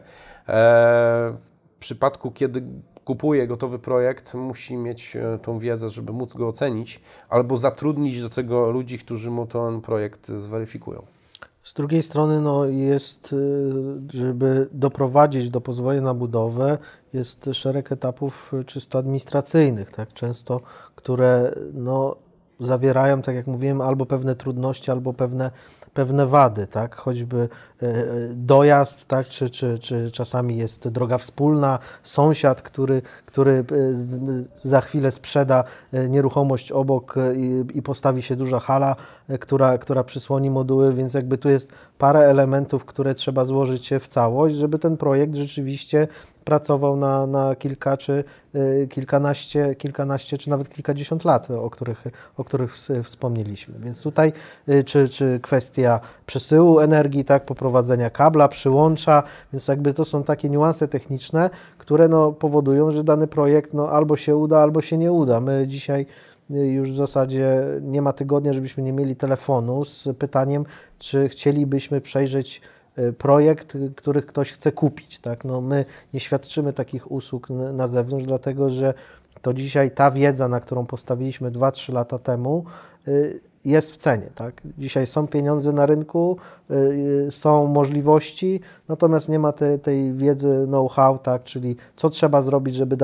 Speaker 4: W przypadku, kiedy kupuje gotowy projekt, musi mieć tą wiedzę, żeby móc go ocenić, albo zatrudnić do tego ludzi, którzy mu ten projekt zweryfikują.
Speaker 3: Z drugiej strony no jest, żeby doprowadzić do pozwolenia na budowę, jest szereg etapów czysto administracyjnych, tak? Często, które no, zawierają, tak jak mówiłem, albo pewne trudności, albo pewne wady, tak? Choćby dojazd, tak? Czy czasami jest droga wspólna, sąsiad, który za chwilę sprzeda nieruchomość obok i postawi się duża hala, która przysłoni moduły, więc jakby tu jest parę elementów, które trzeba złożyć się w całość, żeby ten projekt rzeczywiście pracował na kilka, czy kilkanaście, czy nawet kilkadziesiąt lat, o których wspomnieliśmy. Więc tutaj czy kwestia przesyłu energii, tak, poprowadzenia kabla, przyłącza, więc jakby to są takie niuanse techniczne, które powodują, że dany projekt albo się uda, albo się nie uda. My dzisiaj już w zasadzie nie ma tygodnia, żebyśmy nie mieli telefonu z pytaniem, czy chcielibyśmy przejrzeć projekt, który ktoś chce kupić. Tak? My nie świadczymy takich usług na zewnątrz, dlatego że to dzisiaj ta wiedza, na którą postawiliśmy 2-3 lata temu, jest w cenie. Tak? Dzisiaj są pieniądze na rynku, są możliwości, natomiast nie ma tej wiedzy, know-how, tak? Czyli co trzeba zrobić, żeby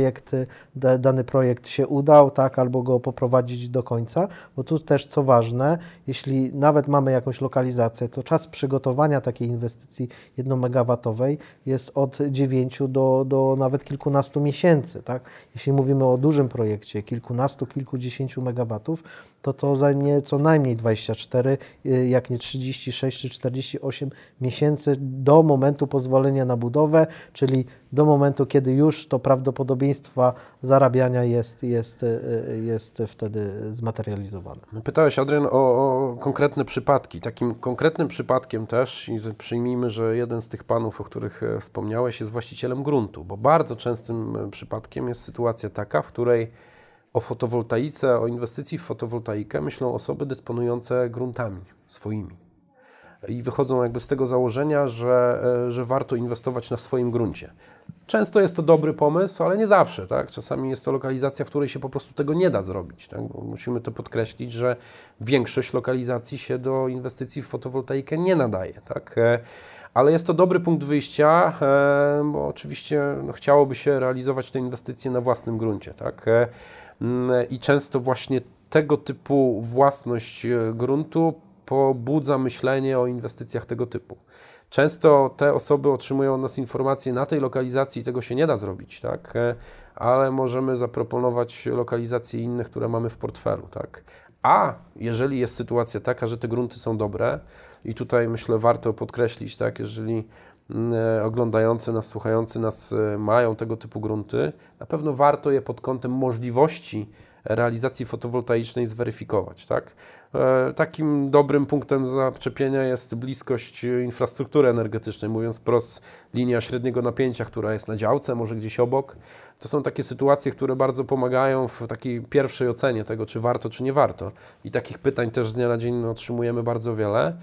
Speaker 3: dany projekt się udał, tak? Albo go poprowadzić do końca, bo tu też co ważne, jeśli nawet mamy jakąś lokalizację, to czas przygotowania takiej inwestycji 1-megawatowej jest od 9 do nawet kilkunastu miesięcy. Tak? Jeśli mówimy o dużym projekcie, kilkudziesięciu megawatów, to zajmie co najmniej 24, jak nie 36 czy 48 miesięcy do momentu pozwolenia na budowę, czyli do momentu, kiedy już to prawdopodobieństwo zarabiania jest wtedy zmaterializowane.
Speaker 4: Pytałeś, Adrian, o konkretne przypadki. Takim konkretnym przypadkiem też, i przyjmijmy, że jeden z tych panów, o których wspomniałeś, jest właścicielem gruntu, bo bardzo częstym przypadkiem jest sytuacja taka, w której o fotowoltaice, o inwestycji w fotowoltaikę myślą osoby dysponujące gruntami swoimi. I wychodzą jakby z tego założenia, że warto inwestować na swoim gruncie. Często jest to dobry pomysł, ale nie zawsze. Tak? Czasami jest to lokalizacja, w której się po prostu tego nie da zrobić. Tak? Bo musimy to podkreślić, że większość lokalizacji się do inwestycji w fotowoltaikę nie nadaje. Tak? Ale jest to dobry punkt wyjścia, bo oczywiście chciałoby się realizować te inwestycje na własnym gruncie. Tak? I często właśnie tego typu własność gruntu pobudza myślenie o inwestycjach tego typu. Często te osoby otrzymują od nas informacje, na tej lokalizacji tego się nie da zrobić, tak? Ale możemy zaproponować lokalizacje inne, które mamy w portfelu. Tak? A jeżeli jest sytuacja taka, że te grunty są dobre, i tutaj myślę warto podkreślić, tak? Jeżeli oglądający nas, słuchający nas mają tego typu grunty, na pewno warto je pod kątem możliwości realizacji fotowoltaicznej zweryfikować. Tak? Takim dobrym punktem zaczepienia jest bliskość infrastruktury energetycznej, mówiąc wprost, linia średniego napięcia, która jest na działce, może gdzieś obok. To są takie sytuacje, które bardzo pomagają w takiej pierwszej ocenie tego, czy warto, czy nie warto. I takich pytań też z dnia na dzień otrzymujemy bardzo wiele.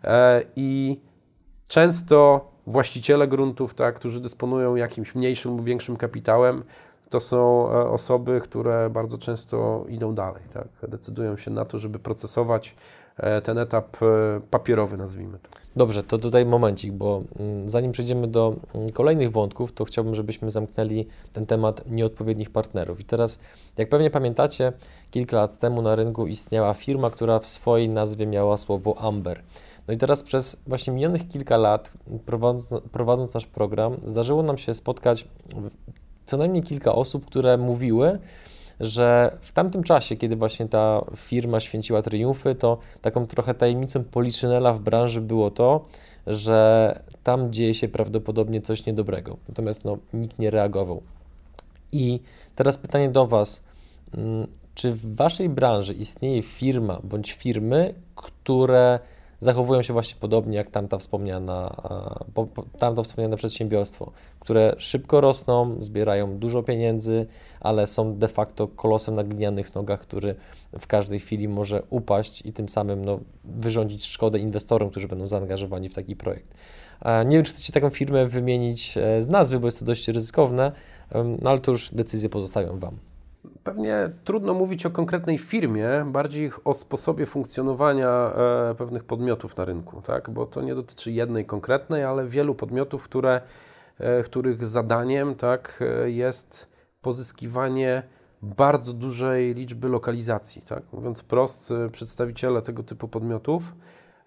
Speaker 4: I często właściciele gruntów, tak, którzy dysponują jakimś mniejszym lub większym kapitałem, to są osoby, które bardzo często idą dalej, tak? Decydują się na to, żeby procesować ten etap papierowy, nazwijmy to.
Speaker 1: Dobrze, to tutaj momencik, bo zanim przejdziemy do kolejnych wątków, to chciałbym, żebyśmy zamknęli ten temat nieodpowiednich partnerów. I teraz, jak pewnie pamiętacie, kilka lat temu na rynku istniała firma, która w swojej nazwie miała słowo Amber. No i teraz przez właśnie minionych kilka lat, prowadząc nasz program, zdarzyło nam się spotkać co najmniej kilka osób, które mówiły, że w tamtym czasie, kiedy właśnie ta firma święciła triumfy, to taką trochę tajemnicą Poliszynela w branży było to, że tam dzieje się prawdopodobnie coś niedobrego. Natomiast nikt nie reagował. I teraz pytanie do Was, czy w Waszej branży istnieje firma bądź firmy, które zachowują się właśnie podobnie jak tamto wspomniane przedsiębiorstwo, które szybko rosną, zbierają dużo pieniędzy, ale są de facto kolosem na glinianych nogach, który w każdej chwili może upaść i tym samym wyrządzić szkodę inwestorom, którzy będą zaangażowani w taki projekt. Nie wiem, czy chcecie taką firmę wymienić z nazwy, bo jest to dość ryzykowne, ale to już decyzję pozostawiam Wam.
Speaker 4: Pewnie trudno mówić o konkretnej firmie, bardziej o sposobie funkcjonowania pewnych podmiotów na rynku, tak? Bo to nie dotyczy jednej konkretnej, ale wielu podmiotów, których zadaniem, tak, jest pozyskiwanie bardzo dużej liczby lokalizacji. Tak? Mówiąc wprost, przedstawiciele tego typu podmiotów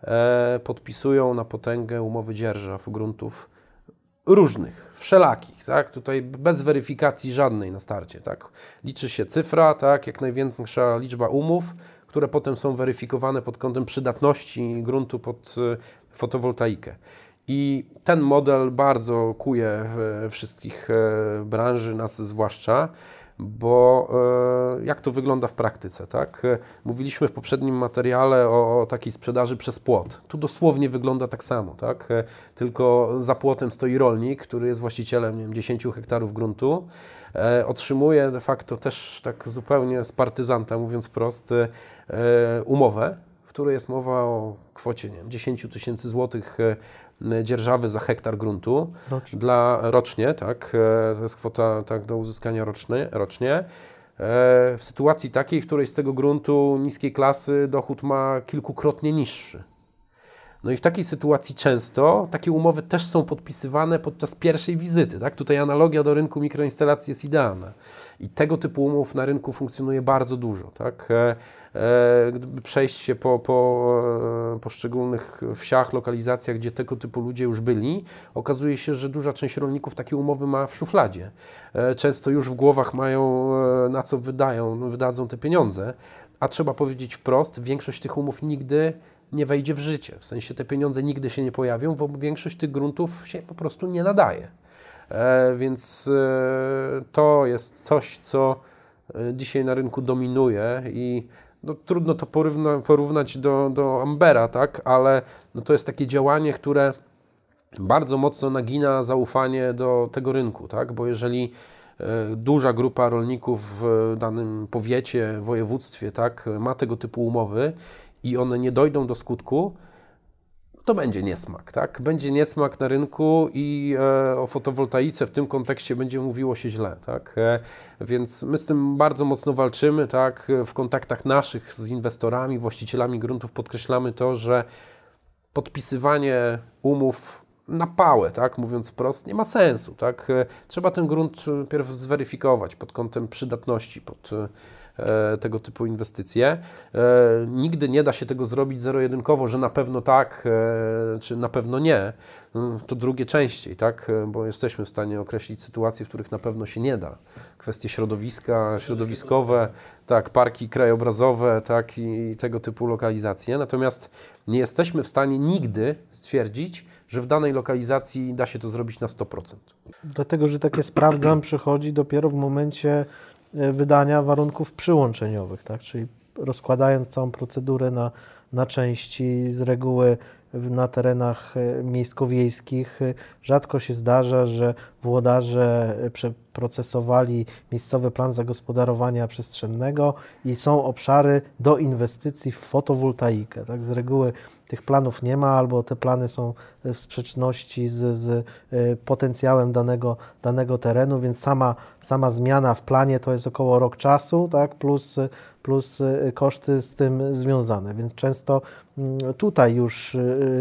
Speaker 4: podpisują na potęgę umowy dzierżaw gruntów różnych, wszelakich, tak? Tutaj bez weryfikacji żadnej na starcie. Tak? Liczy się cyfra, tak? Jak największa liczba umów, które potem są weryfikowane pod kątem przydatności gruntu pod fotowoltaikę. I ten model bardzo kuje wszystkich branży, nas zwłaszcza, bo jak to wygląda w praktyce, tak? Mówiliśmy w poprzednim materiale o takiej sprzedaży przez płot. Tu dosłownie wygląda tak samo, tak? Tylko za płotem stoi rolnik, który jest właścicielem, nie wiem, 10 hektarów gruntu, otrzymuje de facto też tak zupełnie z partyzanta, mówiąc wprost, umowę, w której jest mowa o kwocie, nie wiem, 10 000 złotych dzierżawy za hektar gruntu rocznie, tak, to jest kwota tak, do uzyskania rocznie. W sytuacji takiej, w której z tego gruntu niskiej klasy dochód ma kilkukrotnie niższy. No i w takiej sytuacji często takie umowy też są podpisywane podczas pierwszej wizyty. Tak? Tutaj analogia do rynku mikroinstalacji jest idealna. I tego typu umów na rynku funkcjonuje bardzo dużo. Tak? Gdyby przejść się po poszczególnych wsiach, lokalizacjach, gdzie tego typu ludzie już byli, okazuje się, że duża część rolników takie umowy ma w szufladzie. Często już w głowach mają, na co wydadzą te pieniądze, a trzeba powiedzieć wprost, większość tych umów nigdy nie wejdzie w życie. W sensie te pieniądze nigdy się nie pojawią, bo większość tych gruntów się po prostu nie nadaje. Więc to jest coś, co dzisiaj na rynku dominuje i no, trudno to porównać do Ambera, tak? Ale no, to jest takie działanie, które bardzo mocno nagina zaufanie do tego rynku, tak? Bo jeżeli duża grupa rolników w danym powiecie, województwie, tak, ma tego typu umowy i one nie dojdą do skutku, to będzie niesmak, tak? Będzie niesmak na rynku i o fotowoltaice w tym kontekście będzie mówiło się źle, tak? Więc my z tym bardzo mocno walczymy, tak? W kontaktach naszych z inwestorami, właścicielami gruntów podkreślamy to, że podpisywanie umów na pałę, tak? Mówiąc wprost, nie ma sensu, tak? Trzeba ten grunt pierw zweryfikować pod kątem przydatności, pod tego typu inwestycje. Nigdy nie da się tego zrobić zero-jedynkowo, że na pewno tak, czy na pewno nie. To drugie częściej, tak? Bo jesteśmy w stanie określić sytuacje, w których na pewno się nie da. Kwestie środowiska, środowiskowe, tak, parki krajobrazowe, tak, i tego typu lokalizacje. Natomiast nie jesteśmy w stanie nigdy stwierdzić, że w danej lokalizacji da się to zrobić na 100%.
Speaker 3: Dlatego, że takie sprawdzam przychodzi dopiero w momencie wydania warunków przyłączeniowych, tak? Czyli rozkładając całą procedurę na części, z reguły na terenach miejsko-wiejskich rzadko się zdarza, że włodarze przeprocesowali miejscowy plan zagospodarowania przestrzennego i są obszary do inwestycji w fotowoltaikę. Tak? Z reguły tych planów nie ma, albo te plany są w sprzeczności z potencjałem danego terenu, więc sama zmiana w planie to jest około rok czasu, tak? plus koszty z tym związane, więc często tutaj już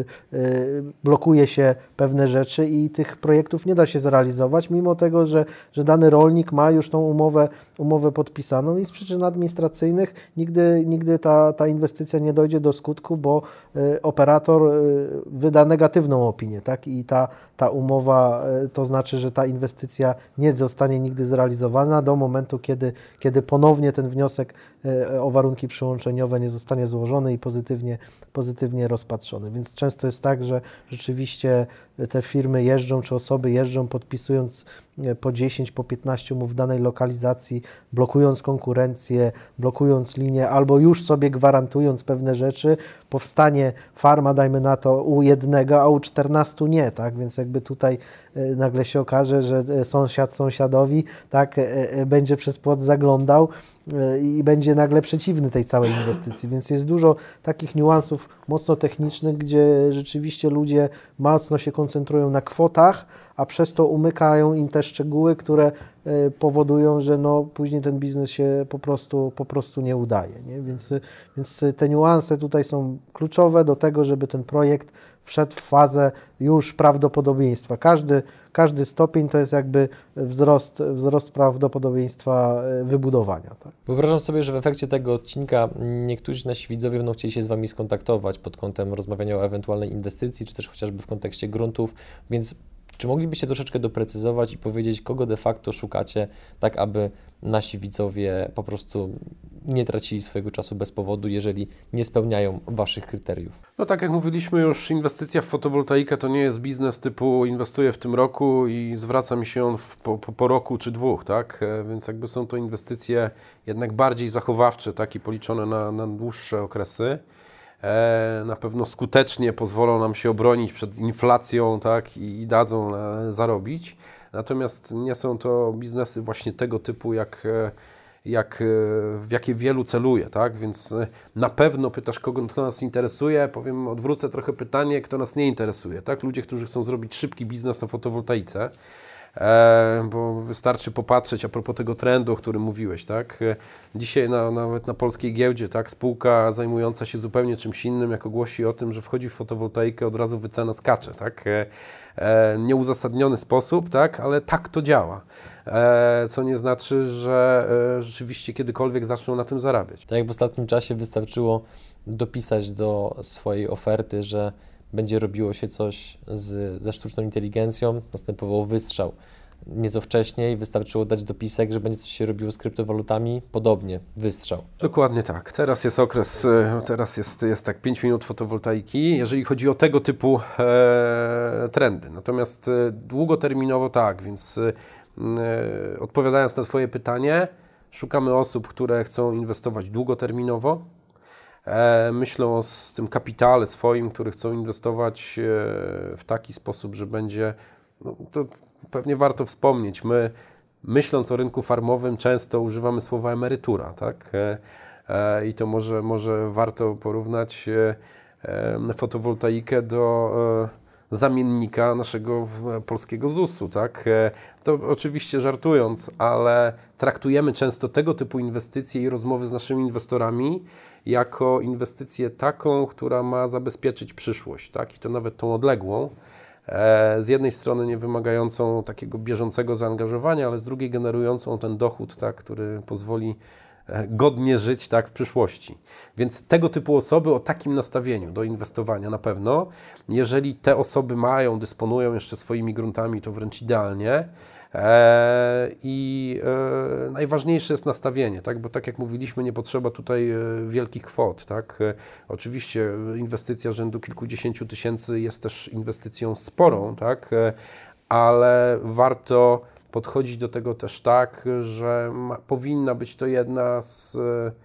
Speaker 3: blokuje się pewne rzeczy i tych projektów nie da się zrealizować, mimo tego, że dany rolnik ma już tą umowę podpisaną i z przyczyn administracyjnych nigdy ta inwestycja nie dojdzie do skutku, bo operator wyda negatywną opinię, tak? I ta umowa to znaczy, że ta inwestycja nie zostanie nigdy zrealizowana do momentu, kiedy ponownie ten wniosek o warunki przyłączeniowe nie zostanie złożony i pozytywnie rozpatrzony. Więc często jest tak, że rzeczywiście te firmy jeżdżą, czy osoby jeżdżą, podpisując po 10, po 15 umów w danej lokalizacji, blokując konkurencję, blokując linię, albo już sobie gwarantując pewne rzeczy, powstanie farma, dajmy na to, u jednego, a u 14 nie, tak? Więc jakby tutaj nagle się okaże, że sąsiad sąsiadowi, tak, będzie przez płot zaglądał i będzie nagle przeciwny tej całej inwestycji. Więc jest dużo takich niuansów mocno technicznych, gdzie rzeczywiście ludzie mocno się koncentrują na kwotach, a przez to umykają im te szczegóły, które powodują, że no, później ten biznes się po prostu nie udaje. Nie? Więc te niuanse tutaj są kluczowe do tego, żeby ten projekt wszedł w fazę już prawdopodobieństwa. Każdy stopień to jest jakby wzrost prawdopodobieństwa wybudowania. Tak?
Speaker 1: Wyobrażam sobie, że w efekcie tego odcinka niektórzy nasi widzowie będą chcieli się z Wami skontaktować pod kątem rozmawiania o ewentualnej inwestycji, czy też chociażby w kontekście gruntów, więc czy moglibyście troszeczkę doprecyzować i powiedzieć, kogo de facto szukacie, tak aby nasi widzowie po prostu nie tracili swojego czasu bez powodu, jeżeli nie spełniają Waszych kryteriów?
Speaker 4: No tak jak mówiliśmy już, inwestycja w fotowoltaikę to nie jest biznes typu inwestuję w tym roku i zwraca mi się on po roku czy dwóch, tak? Więc jakby są to inwestycje jednak bardziej zachowawcze, tak? I policzone na dłuższe okresy. Na pewno skutecznie pozwolą nam się obronić przed inflacją, tak, i dadzą zarobić. Natomiast nie są to biznesy właśnie tego typu, w jakie wielu celuje, tak? Więc na pewno pytasz, kto nas interesuje, powiem, odwrócę trochę pytanie, kto nas nie interesuje, tak? Ludzie, którzy chcą zrobić szybki biznes na fotowoltaice, bo wystarczy popatrzeć a propos tego trendu, o którym mówiłeś, tak? Dzisiaj nawet na polskiej giełdzie, tak, spółka zajmująca się zupełnie czymś innym, jak ogłosi o tym, że wchodzi w fotowoltaikę, od razu wycena skacze, tak? Nieuzasadniony sposób, tak, ale tak to działa. Co nie znaczy, że rzeczywiście kiedykolwiek zaczną na tym zarabiać.
Speaker 1: Tak jak w ostatnim czasie wystarczyło dopisać do swojej oferty, że będzie robiło się coś ze sztuczną inteligencją, następował wystrzał. Nieco wcześniej wystarczyło dać dopisek, że będzie coś się robiło z kryptowalutami, podobnie, wystrzał.
Speaker 4: Dokładnie tak. Teraz jest okres, teraz jest tak 5 minut fotowoltaiki, jeżeli chodzi o tego typu trendy. Natomiast długoterminowo tak, więc odpowiadając na Twoje pytanie, szukamy osób, które chcą inwestować długoterminowo, myślą o tym kapitale swoim, który chcą inwestować w taki sposób, że będzie, no to pewnie warto wspomnieć, my myśląc o rynku farmowym często używamy słowa emerytura, tak? I to może warto porównać fotowoltaikę do zamiennika naszego polskiego ZUS-u, tak? To oczywiście żartując, ale traktujemy często tego typu inwestycje i rozmowy z naszymi inwestorami jako inwestycję taką, która ma zabezpieczyć przyszłość, tak? I to nawet tą odległą. Z jednej strony nie wymagającą takiego bieżącego zaangażowania, ale z drugiej generującą ten dochód, tak, który pozwoli godnie żyć, tak, w przyszłości. Więc tego typu osoby o takim nastawieniu do inwestowania na pewno, jeżeli te osoby dysponują jeszcze swoimi gruntami, to wręcz idealnie. Najważniejsze jest nastawienie, tak? Bo tak jak mówiliśmy, nie potrzeba tutaj wielkich kwot, tak? Oczywiście inwestycja rzędu kilkudziesięciu tysięcy jest też inwestycją sporą, tak? Ale warto podchodzić do tego też tak, że powinna być to jedna z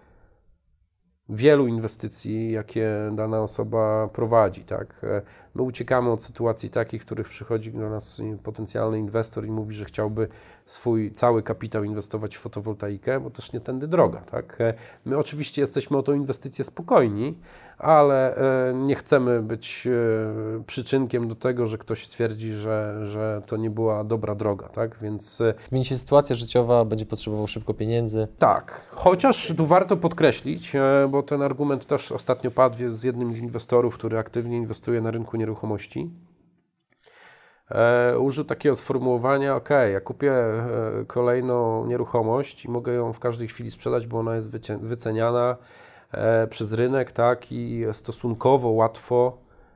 Speaker 4: wielu inwestycji, jakie dana osoba prowadzi, tak? My uciekamy od sytuacji takich, w których przychodzi do nas potencjalny inwestor i mówi, że chciałby swój cały kapitał inwestować w fotowoltaikę, bo też nie tędy droga, tak? My oczywiście jesteśmy o tą inwestycję spokojni, ale nie chcemy być przyczynkiem do tego, że ktoś stwierdzi, że to nie była dobra droga, tak? Więc
Speaker 1: zmieni się sytuacja życiowa, będzie potrzebował szybko pieniędzy.
Speaker 4: Tak, chociaż tu warto podkreślić, bo ten argument też ostatnio padł z jednym z inwestorów, który aktywnie inwestuje na rynku nieruchomości. Użył takiego sformułowania, ja kupię kolejną nieruchomość i mogę ją w każdej chwili sprzedać, bo ona jest wyceniana przez rynek, tak, i stosunkowo łatwo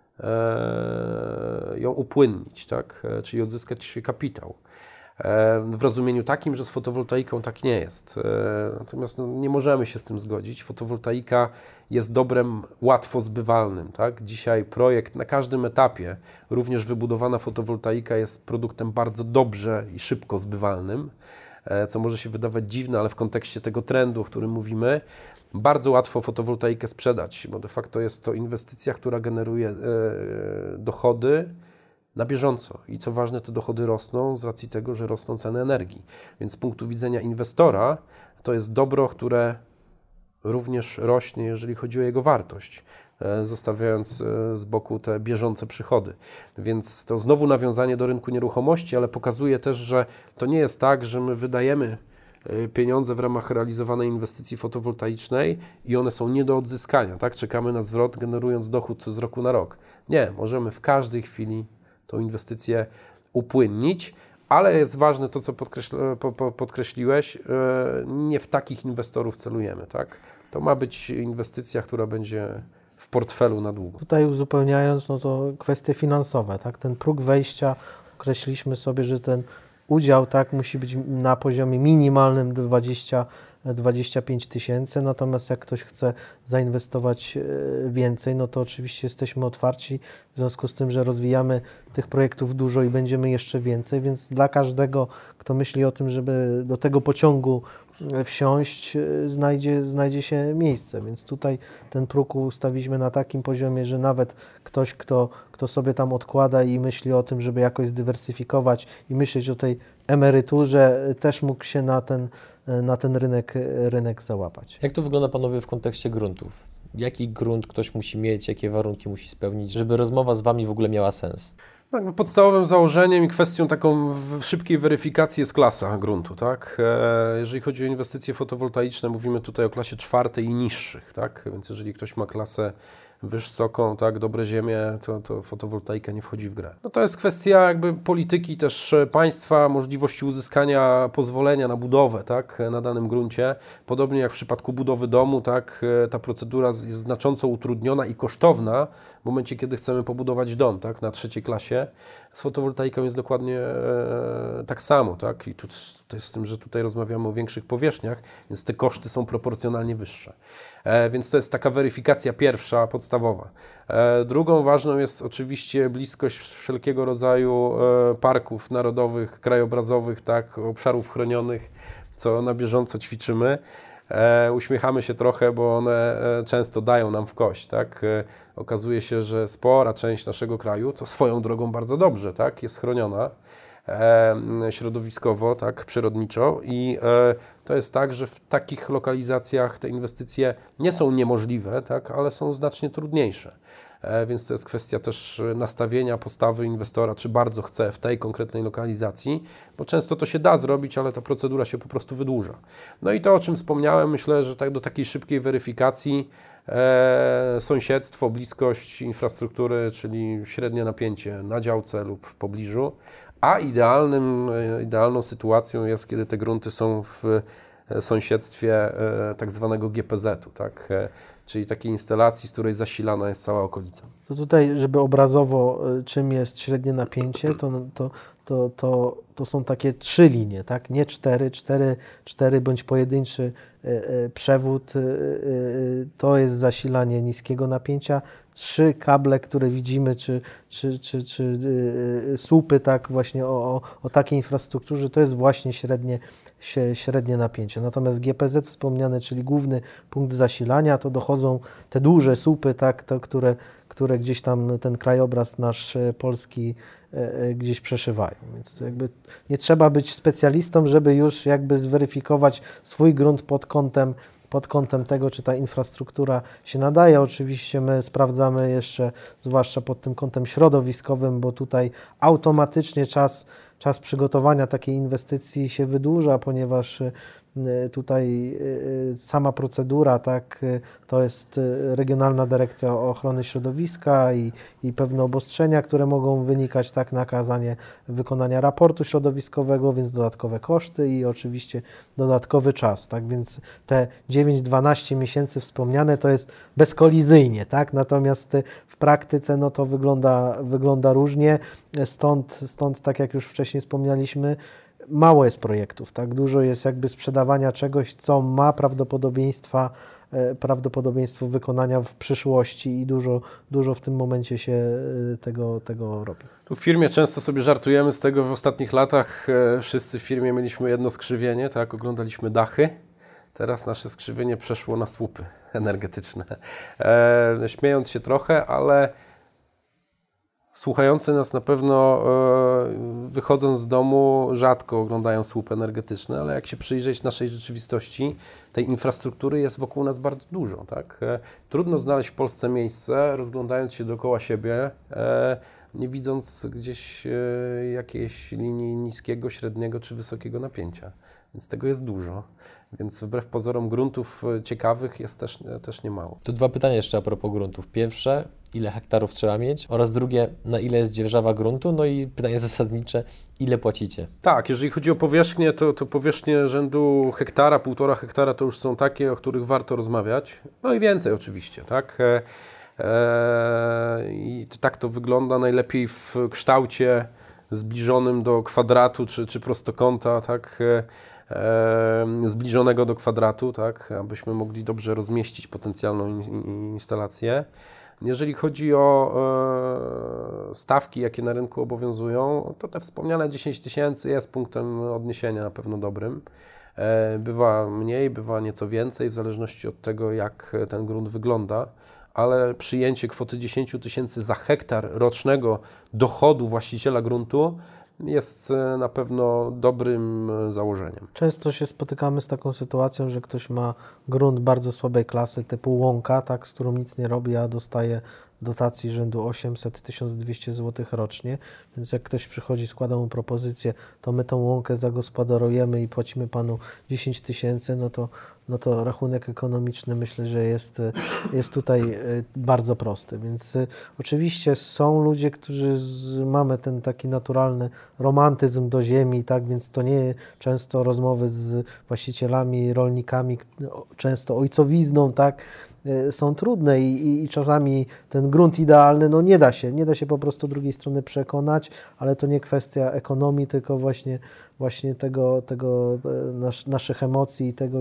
Speaker 4: ją upłynnić, tak, czyli odzyskać kapitał. W rozumieniu takim, że z fotowoltaiką tak nie jest. Natomiast nie możemy się z tym zgodzić. Fotowoltaika jest dobrem łatwo zbywalnym, tak? Dzisiaj projekt na każdym etapie, również wybudowana fotowoltaika jest produktem bardzo dobrze i szybko zbywalnym, co może się wydawać dziwne, ale w kontekście tego trendu, o którym mówimy, bardzo łatwo fotowoltaikę sprzedać, bo de facto jest to inwestycja, która generuje dochody na bieżąco i co ważne, te dochody rosną z racji tego, że rosną ceny energii. Więc z punktu widzenia inwestora to jest dobro, które również rośnie, jeżeli chodzi o jego wartość. zostawiając z boku te bieżące przychody. Więc to znowu nawiązanie do rynku nieruchomości, ale pokazuje też, że to nie jest tak, że my wydajemy pieniądze w ramach realizowanej inwestycji fotowoltaicznej i one są nie do odzyskania, tak? Czekamy na zwrot, generując dochód z roku na rok. Nie, możemy w każdej chwili tą inwestycję upłynnić, ale jest ważne to, co podkreśliłeś, nie w takich inwestorów celujemy, tak? To ma być inwestycja, która będzie w portfelu na długo.
Speaker 3: Tutaj uzupełniając, no to kwestie finansowe, tak? Ten próg wejścia, określiliśmy sobie, że ten udział, tak, musi być na poziomie minimalnym 25 tysięcy, natomiast jak ktoś chce zainwestować więcej, no to oczywiście jesteśmy otwarci w związku z tym, że rozwijamy tych projektów dużo i będziemy jeszcze więcej, więc dla każdego, kto myśli o tym, żeby do tego pociągu wsiąść, znajdzie się miejsce, więc tutaj ten próg ustawiliśmy na takim poziomie, że nawet ktoś, kto sobie tam odkłada i myśli o tym, żeby jakoś zdywersyfikować i myśleć o tej emeryturze, też mógł się na ten rynek załapać.
Speaker 1: Jak to wygląda, panowie, w kontekście gruntów? Jaki grunt ktoś musi mieć, jakie warunki musi spełnić, żeby rozmowa z wami w ogóle miała sens?
Speaker 4: Podstawowym założeniem i kwestią taką szybkiej weryfikacji jest klasa gruntu, tak? Jeżeli chodzi o inwestycje fotowoltaiczne, mówimy tutaj o klasie 4 i niższych, tak? Więc jeżeli ktoś ma klasę wysoką, tak, dobre ziemie, to fotowoltaika nie wchodzi w grę. No to jest kwestia jakby polityki też państwa, możliwości uzyskania pozwolenia na budowę, tak, na danym gruncie. Podobnie jak w przypadku budowy domu, tak, ta procedura jest znacząco utrudniona i kosztowna w momencie, kiedy chcemy pobudować dom, tak, na 3. klasie. Z fotowoltaiką jest dokładnie tak samo, tak, i to jest z tym, że tutaj rozmawiamy o większych powierzchniach, więc te koszty są proporcjonalnie wyższe. Więc to jest taka weryfikacja pierwsza, podstawowa. Drugą ważną jest oczywiście bliskość wszelkiego rodzaju parków narodowych, krajobrazowych, tak, obszarów chronionych, co na bieżąco ćwiczymy. Uśmiechamy się trochę, bo one często dają nam w kość, tak. Okazuje się, że spora część naszego kraju, co swoją drogą bardzo dobrze, tak, jest chroniona środowiskowo, tak, przyrodniczo i to jest tak, że w takich lokalizacjach te inwestycje nie są niemożliwe, tak, ale są znacznie trudniejsze. Więc to jest kwestia też nastawienia, postawy inwestora, czy bardzo chce w tej konkretnej lokalizacji, bo często to się da zrobić, ale ta procedura się po prostu wydłuża. No i to, o czym wspomniałem, myślę, że tak do takiej szybkiej weryfikacji sąsiedztwo, bliskość infrastruktury, czyli średnie napięcie na działce lub w pobliżu, a idealną sytuacją jest, kiedy te grunty są w sąsiedztwie tak zwanego GPZ-u, tak? Czyli takiej instalacji, z której zasilana jest cała okolica.
Speaker 3: To tutaj, żeby obrazowo czym jest średnie napięcie, to są takie 3 linie, tak? Nie 4 bądź pojedynczy przewód, to jest zasilanie niskiego napięcia. 3 kable, które widzimy, czy słupy, tak, właśnie o takiej infrastrukturze, to jest właśnie średnie napięcie. Natomiast GPZ wspomniane, czyli główny punkt zasilania, to dochodzą te duże słupy, tak, które gdzieś tam ten krajobraz nasz polski gdzieś przeszywają. Więc jakby nie trzeba być specjalistą, żeby już jakby zweryfikować swój grunt pod kątem tego, czy ta infrastruktura się nadaje. Oczywiście my sprawdzamy jeszcze, zwłaszcza pod tym kątem środowiskowym, bo tutaj automatycznie czas przygotowania takiej inwestycji się wydłuża, ponieważ tutaj sama procedura, tak, to jest Regionalna Dyrekcja Ochrony Środowiska i pewne obostrzenia, które mogą wynikać, tak, nakazanie wykonania raportu środowiskowego, więc dodatkowe koszty i oczywiście dodatkowy czas, tak, więc te 9-12 miesięcy wspomniane to jest bezkolizyjnie, tak, natomiast w praktyce no to wygląda różnie, stąd tak jak już wcześniej wspomnieliśmy, mało jest projektów, tak? Dużo jest jakby sprzedawania czegoś, co ma prawdopodobieństwo wykonania w przyszłości i dużo w tym momencie się tego robi.
Speaker 4: Tu w firmie często sobie żartujemy z tego, w ostatnich latach wszyscy w firmie mieliśmy jedno skrzywienie, tak? Oglądaliśmy dachy. Teraz nasze skrzywienie przeszło na słupy energetyczne. Śmiejąc się trochę, ale Słuchający nas na pewno wychodząc z domu rzadko oglądają słup energetyczny, ale jak się przyjrzeć naszej rzeczywistości, tej infrastruktury jest wokół nas bardzo dużo. Tak? Trudno znaleźć w Polsce miejsce, rozglądając się dookoła siebie, nie widząc gdzieś jakiejś linii niskiego, średniego czy wysokiego napięcia. Więc tego jest dużo. Więc wbrew pozorom gruntów ciekawych jest też niemało.
Speaker 1: Tu dwa pytania jeszcze a propos gruntów. Pierwsze, ile hektarów trzeba mieć? Oraz drugie, na ile jest dzierżawa gruntu? No i pytanie zasadnicze, ile płacicie?
Speaker 4: Tak, jeżeli chodzi o powierzchnię, to powierzchnie rzędu hektara, 1,5 hektara to już są takie, o których warto rozmawiać. No i więcej oczywiście, tak? I tak to wygląda najlepiej w kształcie zbliżonym do kwadratu czy prostokąta, tak? Zbliżonego do kwadratu, tak, abyśmy mogli dobrze rozmieścić potencjalną instalację. Jeżeli chodzi o stawki, jakie na rynku obowiązują, to te wspomniane 10 tysięcy jest punktem odniesienia na pewno dobrym. Bywa mniej, bywa nieco więcej, w zależności od tego, jak ten grunt wygląda, ale przyjęcie kwoty 10 tysięcy za hektar rocznego dochodu właściciela gruntu jest na pewno dobrym założeniem.
Speaker 3: Często się spotykamy z taką sytuacją, że ktoś ma grunt bardzo słabej klasy typu łąka, tak, z którą nic nie robi, a dostaje dotacji rzędu 800-1200 zł rocznie, więc jak ktoś przychodzi, składa mu propozycję, to my tą łąkę zagospodarujemy i płacimy Panu 10 tysięcy, no to rachunek ekonomiczny myślę, że jest tutaj bardzo prosty, więc oczywiście są ludzie, którzy mamy ten taki naturalny romantyzm do ziemi, tak, więc to nie często rozmowy z właścicielami, rolnikami, często ojcowizną, tak, są trudne i czasami ten grunt idealny, no nie da się po prostu drugiej strony przekonać, ale to nie kwestia ekonomii, tylko właśnie tego naszych emocji i tego,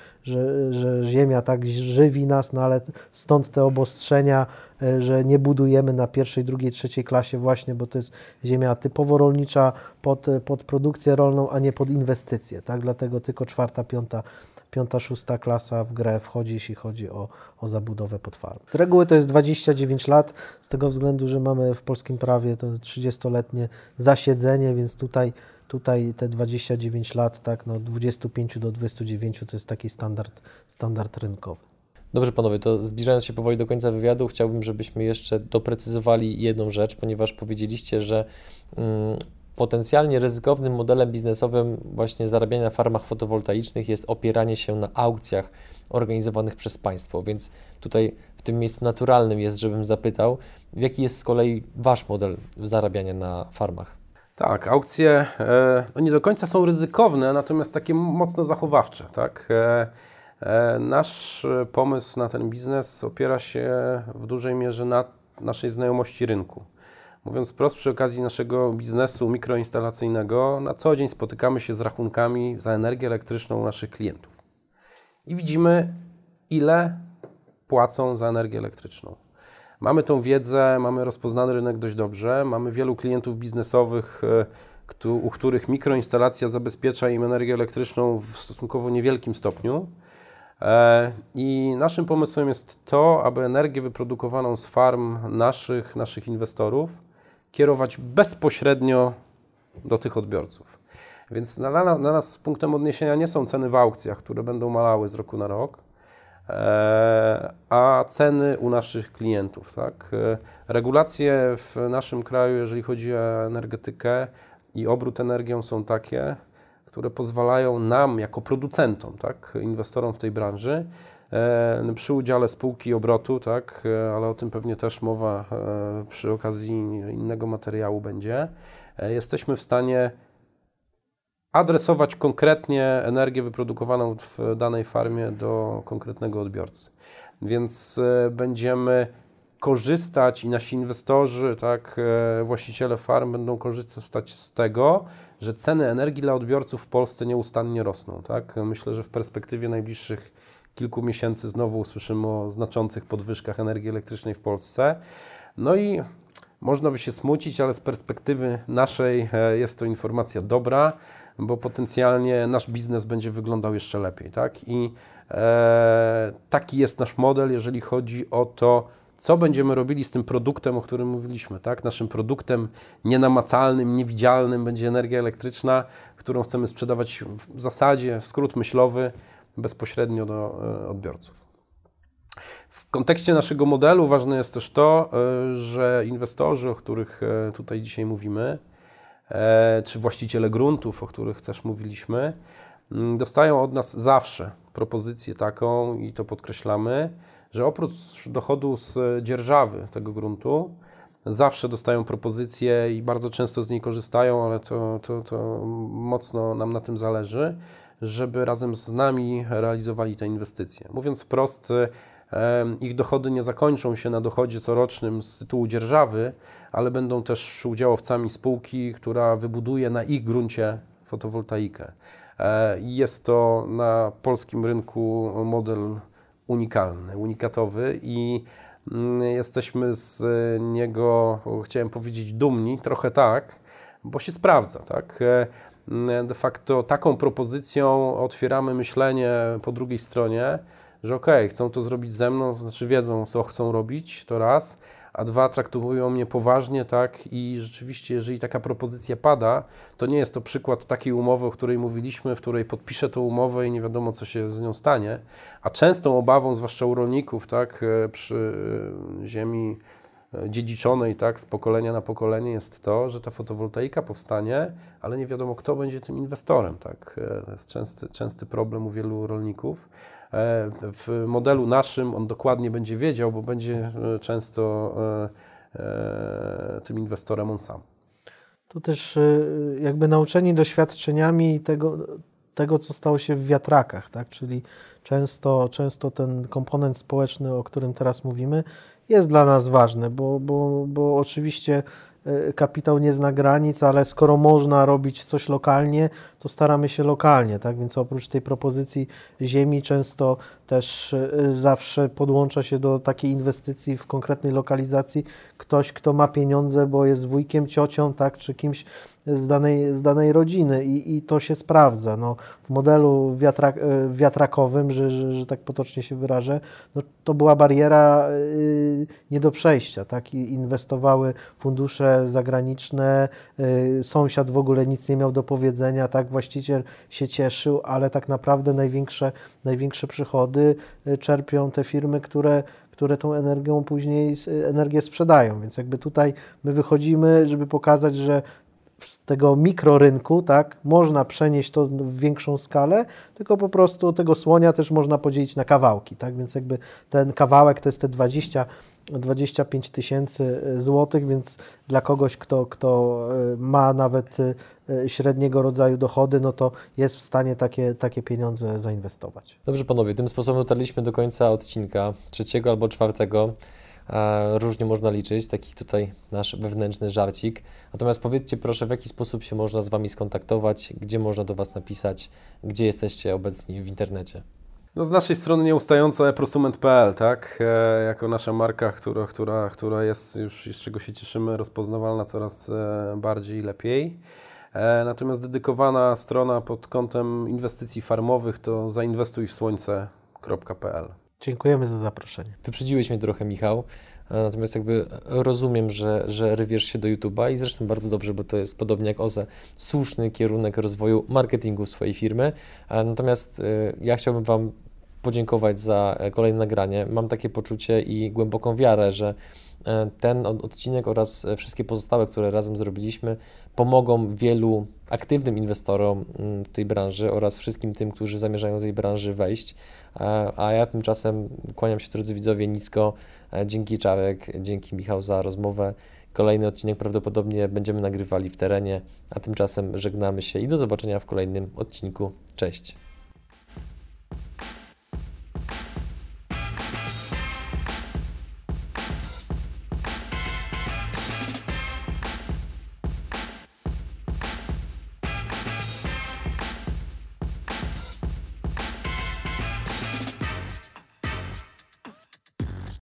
Speaker 3: że ziemia tak żywi nas, no ale stąd te obostrzenia, że nie budujemy na pierwszej, drugiej, trzeciej klasie właśnie, bo to jest ziemia typowo rolnicza pod produkcję rolną, a nie pod inwestycje, tak? Dlatego tylko 4., 5., 6. klasa w grę wchodzi, jeśli chodzi o zabudowę pod farmę. Z reguły to jest 29 lat, z tego względu, że mamy w polskim prawie to 30-letnie zasiedzenie, więc tutaj te 29 lat, tak, no 25 do 29 to jest taki standard rynkowy.
Speaker 1: Dobrze panowie, to zbliżając się powoli do końca wywiadu, chciałbym, żebyśmy jeszcze doprecyzowali jedną rzecz, ponieważ powiedzieliście, że potencjalnie ryzykownym modelem biznesowym właśnie zarabiania na farmach fotowoltaicznych jest opieranie się na aukcjach organizowanych przez państwo, więc tutaj w tym miejscu naturalnym jest, żebym zapytał, jaki jest z kolei Wasz model zarabiania na farmach?
Speaker 4: Tak, aukcje nie do końca są ryzykowne, natomiast takie mocno zachowawcze. Tak? Nasz pomysł na ten biznes opiera się w dużej mierze na naszej znajomości rynku. Mówiąc wprost, przy okazji naszego biznesu mikroinstalacyjnego na co dzień spotykamy się z rachunkami za energię elektryczną naszych klientów. I widzimy, ile płacą za energię elektryczną. Mamy tą wiedzę, mamy rozpoznany rynek dość dobrze, mamy wielu klientów biznesowych, u których mikroinstalacja zabezpiecza im energię elektryczną w stosunkowo niewielkim stopniu. I naszym pomysłem jest to, aby energię wyprodukowaną z farm naszych inwestorów kierować bezpośrednio do tych odbiorców. Więc dla nas punktem odniesienia nie są ceny w aukcjach, które będą malały z roku na rok, a ceny u naszych klientów. Tak? Regulacje w naszym kraju, jeżeli chodzi o energetykę i obrót energią, są takie, które pozwalają nam, jako producentom, tak, inwestorom w tej branży, przy udziale spółki obrotu, tak, ale o tym pewnie też mowa przy okazji innego materiału będzie, jesteśmy w stanie adresować konkretnie energię wyprodukowaną w danej farmie do konkretnego odbiorcy. Więc będziemy korzystać i nasi inwestorzy, tak, właściciele farm będą korzystać z tego, że ceny energii dla odbiorców w Polsce nieustannie rosną. Tak? Myślę, że w perspektywie najbliższych kilku miesięcy znowu usłyszymy o znaczących podwyżkach energii elektrycznej w Polsce. No i można by się smucić, ale z perspektywy naszej jest to informacja dobra, bo potencjalnie nasz biznes będzie wyglądał jeszcze lepiej. Tak? I taki jest nasz model, jeżeli chodzi o to, co będziemy robili z tym produktem, o którym mówiliśmy, tak? Naszym produktem nienamacalnym, niewidzialnym będzie energia elektryczna, którą chcemy sprzedawać w zasadzie, skrót myślowy, bezpośrednio do odbiorców. W kontekście naszego modelu ważne jest też to, że inwestorzy, o których tutaj dzisiaj mówimy, czy właściciele gruntów, o których też mówiliśmy, dostają od nas zawsze propozycję taką, i to podkreślamy, że oprócz dochodu z dzierżawy tego gruntu, zawsze dostają propozycję i bardzo często z niej korzystają, ale to mocno nam na tym zależy, żeby razem z nami realizowali te inwestycje. Mówiąc wprost, ich dochody nie zakończą się na dochodzie corocznym z tytułu dzierżawy, ale będą też udziałowcami spółki, która wybuduje na ich gruncie fotowoltaikę. Jest to na polskim rynku model unikalny, unikatowy i jesteśmy z niego, chciałem powiedzieć, dumni, trochę tak, bo się sprawdza, tak? De facto taką propozycją otwieramy myślenie po drugiej stronie, że okej, chcą to zrobić ze mną, to znaczy wiedzą, co chcą robić, to raz, a dwa, traktują mnie poważnie, tak, i rzeczywiście, jeżeli taka propozycja pada, to nie jest to przykład takiej umowy, o której mówiliśmy, w której podpiszę tę umowę i nie wiadomo, co się z nią stanie, a częstą obawą, zwłaszcza u rolników, tak, przy ziemi dziedziczonej, tak, z pokolenia na pokolenie jest to, że ta fotowoltaika powstanie, ale nie wiadomo, kto będzie tym inwestorem, tak, to jest częsty problem u wielu rolników. W modelu naszym on dokładnie będzie wiedział, bo będzie często tym inwestorem on sam.
Speaker 3: Tu też jakby nauczeni doświadczeniami tego, co stało się w wiatrakach, tak? Czyli często ten komponent społeczny, o którym teraz mówimy, jest dla nas ważny, bo oczywiście kapitał nie zna granic, ale skoro można robić coś lokalnie, to staramy się lokalnie, tak? Więc oprócz tej propozycji ziemi często też zawsze podłącza się do takiej inwestycji w konkretnej lokalizacji ktoś, kto ma pieniądze, bo jest wujkiem, ciocią, tak? Czy kimś z danej rodziny i to się sprawdza. No, w modelu wiatrakowym, że tak potocznie się wyrażę, no, to była bariera nie do przejścia, tak? I inwestowały fundusze zagraniczne, sąsiad w ogóle nic nie miał do powiedzenia, tak? Właściciel się cieszył, ale tak naprawdę największe przychody czerpią te firmy, które tą energią później energię sprzedają. Więc jakby tutaj my wychodzimy, żeby pokazać, że z tego mikrorynku, tak, można przenieść to w większą skalę, tylko po prostu tego słonia też można podzielić na kawałki, tak, więc jakby ten kawałek to jest te 25 tysięcy złotych, więc dla kogoś, kto ma nawet średniego rodzaju dochody, no to jest w stanie takie pieniądze zainwestować.
Speaker 1: Dobrze panowie, tym sposobem dotarliśmy do końca odcinka 3. albo 4. Różnie można liczyć, taki tutaj nasz wewnętrzny żarcik. Natomiast powiedzcie proszę, w jaki sposób się można z Wami skontaktować, gdzie można do Was napisać, gdzie jesteście obecni w internecie?
Speaker 4: No z naszej strony nieustająco eprosument.pl, tak? Jako nasza marka, która jest już, z czego się cieszymy, rozpoznawalna coraz bardziej i lepiej. Natomiast dedykowana strona pod kątem inwestycji farmowych to zainwestujwsłońce.pl.
Speaker 3: Dziękujemy za zaproszenie.
Speaker 1: Wyprzedziłeś mnie trochę, Michał, natomiast jakby rozumiem, że rywiesz się do YouTube'a i zresztą bardzo dobrze, bo to jest podobnie jak OZE, słuszny kierunek rozwoju marketingu swojej firmy. Natomiast ja chciałbym Wam podziękować za kolejne nagranie. Mam takie poczucie i głęboką wiarę, że ten odcinek oraz wszystkie pozostałe, które razem zrobiliśmy, pomogą wielu aktywnym inwestorom w tej branży oraz wszystkim tym, którzy zamierzają do tej branży wejść. A ja tymczasem kłaniam się, drodzy widzowie, nisko. Dzięki Czarek, dzięki Michał za rozmowę. Kolejny odcinek prawdopodobnie będziemy nagrywali w terenie, a tymczasem żegnamy się i do zobaczenia w kolejnym odcinku. Cześć!